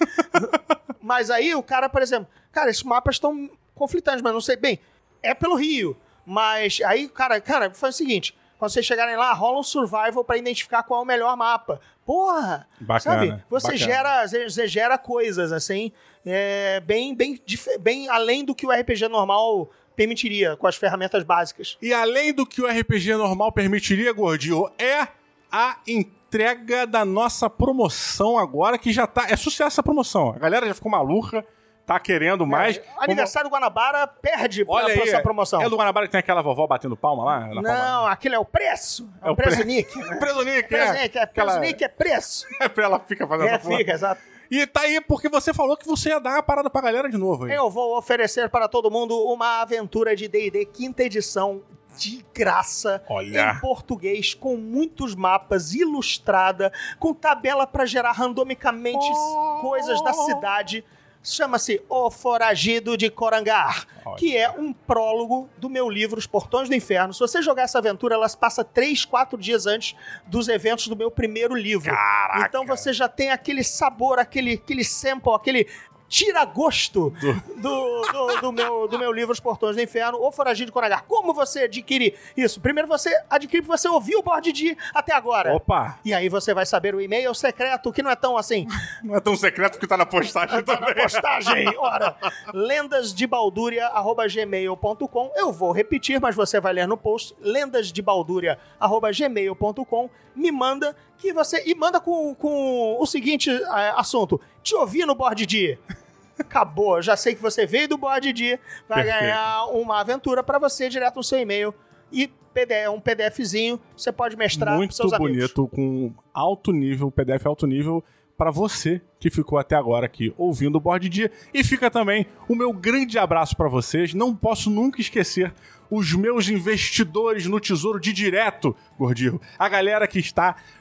Mas aí o cara, por exemplo... Cara, esses mapas estão conflitantes, mas não sei... Bem, é pelo Rio. Mas aí, cara, cara, faz o seguinte... Quando vocês chegarem lá, rola um survival pra identificar qual é o melhor mapa. Porra! Bacana, sabe? Você bacana. gera, você gera coisas, assim, é, bem, bem, bem além do que o R P G normal permitiria, com as ferramentas básicas. E além do que o R P G normal permitiria, Gordinho, é a entrega da nossa promoção agora, que já tá... É sucesso essa promoção. A galera já ficou maluca. Tá querendo mais. É, aniversário Como... do Guanabara perde Olha pra aí, essa promoção. É do Guanabara que tem aquela vovó batendo palma lá? Não, palma. aquele é o preço. É, é o preço pre... Nick. Né? Preço Nick, preço é. Nick, é. Preço aquela... Nick é preço. É, ela fica fazendo é, essa porra. fica, exato. E tá aí porque você falou que você ia dar uma parada pra galera de novo. Aí. Eu vou oferecer para todo mundo uma aventura de D e D quinta edição de graça, Olha. Em português, com muitos mapas, ilustrada, com tabela pra gerar randomicamente oh. coisas da cidade. Chama-se O Foragido de Corangar, Olha. Que é um prólogo do meu livro Os Portões do Inferno. Se você jogar essa aventura, ela se passa três, quatro dias antes dos eventos do meu primeiro livro. Caraca. Então você já tem aquele sabor, aquele, aquele sample, aquele... tira-gosto do, do, do, do, meu, do meu livro Os Portões do Inferno, O Foragido de Corangar. Como você adquire isso? Primeiro você adquire porque você ouviu o Board D até agora. Opa! E aí você vai saber o e-mail secreto, que não é tão assim. Não é tão secreto que tá na postagem tá também. Na postagem, ora. lendas de balduria arroba gmail ponto com. Eu vou repetir, mas você vai ler no post. lendas de balduria arroba gmail ponto com. Me manda que você... E manda com, com o seguinte é, assunto. Te ouvi no Board D. Acabou, já sei que você veio do Board D, vai Perfeito. Ganhar uma aventura pra você direto no seu e-mail e P D F, um PDFzinho, você pode mestrar Muito pros seus amigos. Muito bonito, com alto nível, P D F alto nível, pra você que ficou até agora aqui ouvindo o Board D. E fica também o meu grande abraço pra vocês, não posso nunca esquecer os meus investidores no Tesouro de Direto, Gordinho, a galera que está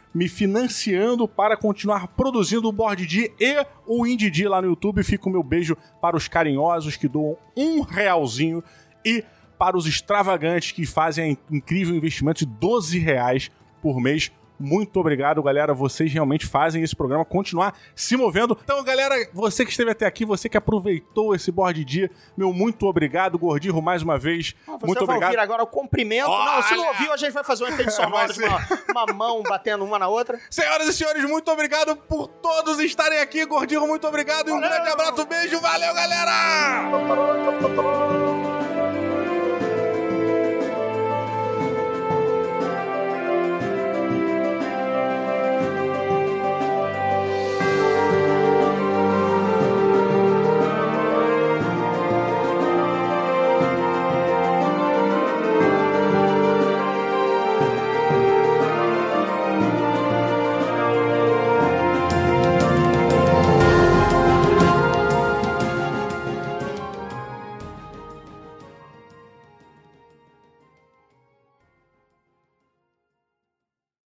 me financiando para continuar produzindo o Board D e o Indie D lá no YouTube. Fica o meu beijo para os carinhosos que doam um realzinho e para os extravagantes que fazem um incrível investimento de doze reais por mês. Muito obrigado, galera. Vocês realmente fazem esse programa continuar se movendo. Então, galera, você que esteve até aqui, você que aproveitou esse Board D, meu muito obrigado, Gordirro, mais uma vez. Ah, você muito vai obrigado. Ouvir agora o cumprimento. Olha! Não, se não ouviu, a gente vai fazer um efeito sonoro de uma, uma mão batendo uma na outra. Senhoras e senhores, muito obrigado por todos estarem aqui. Gordirro, muito obrigado. E um valeu. Grande abraço, beijo. Valeu, galera!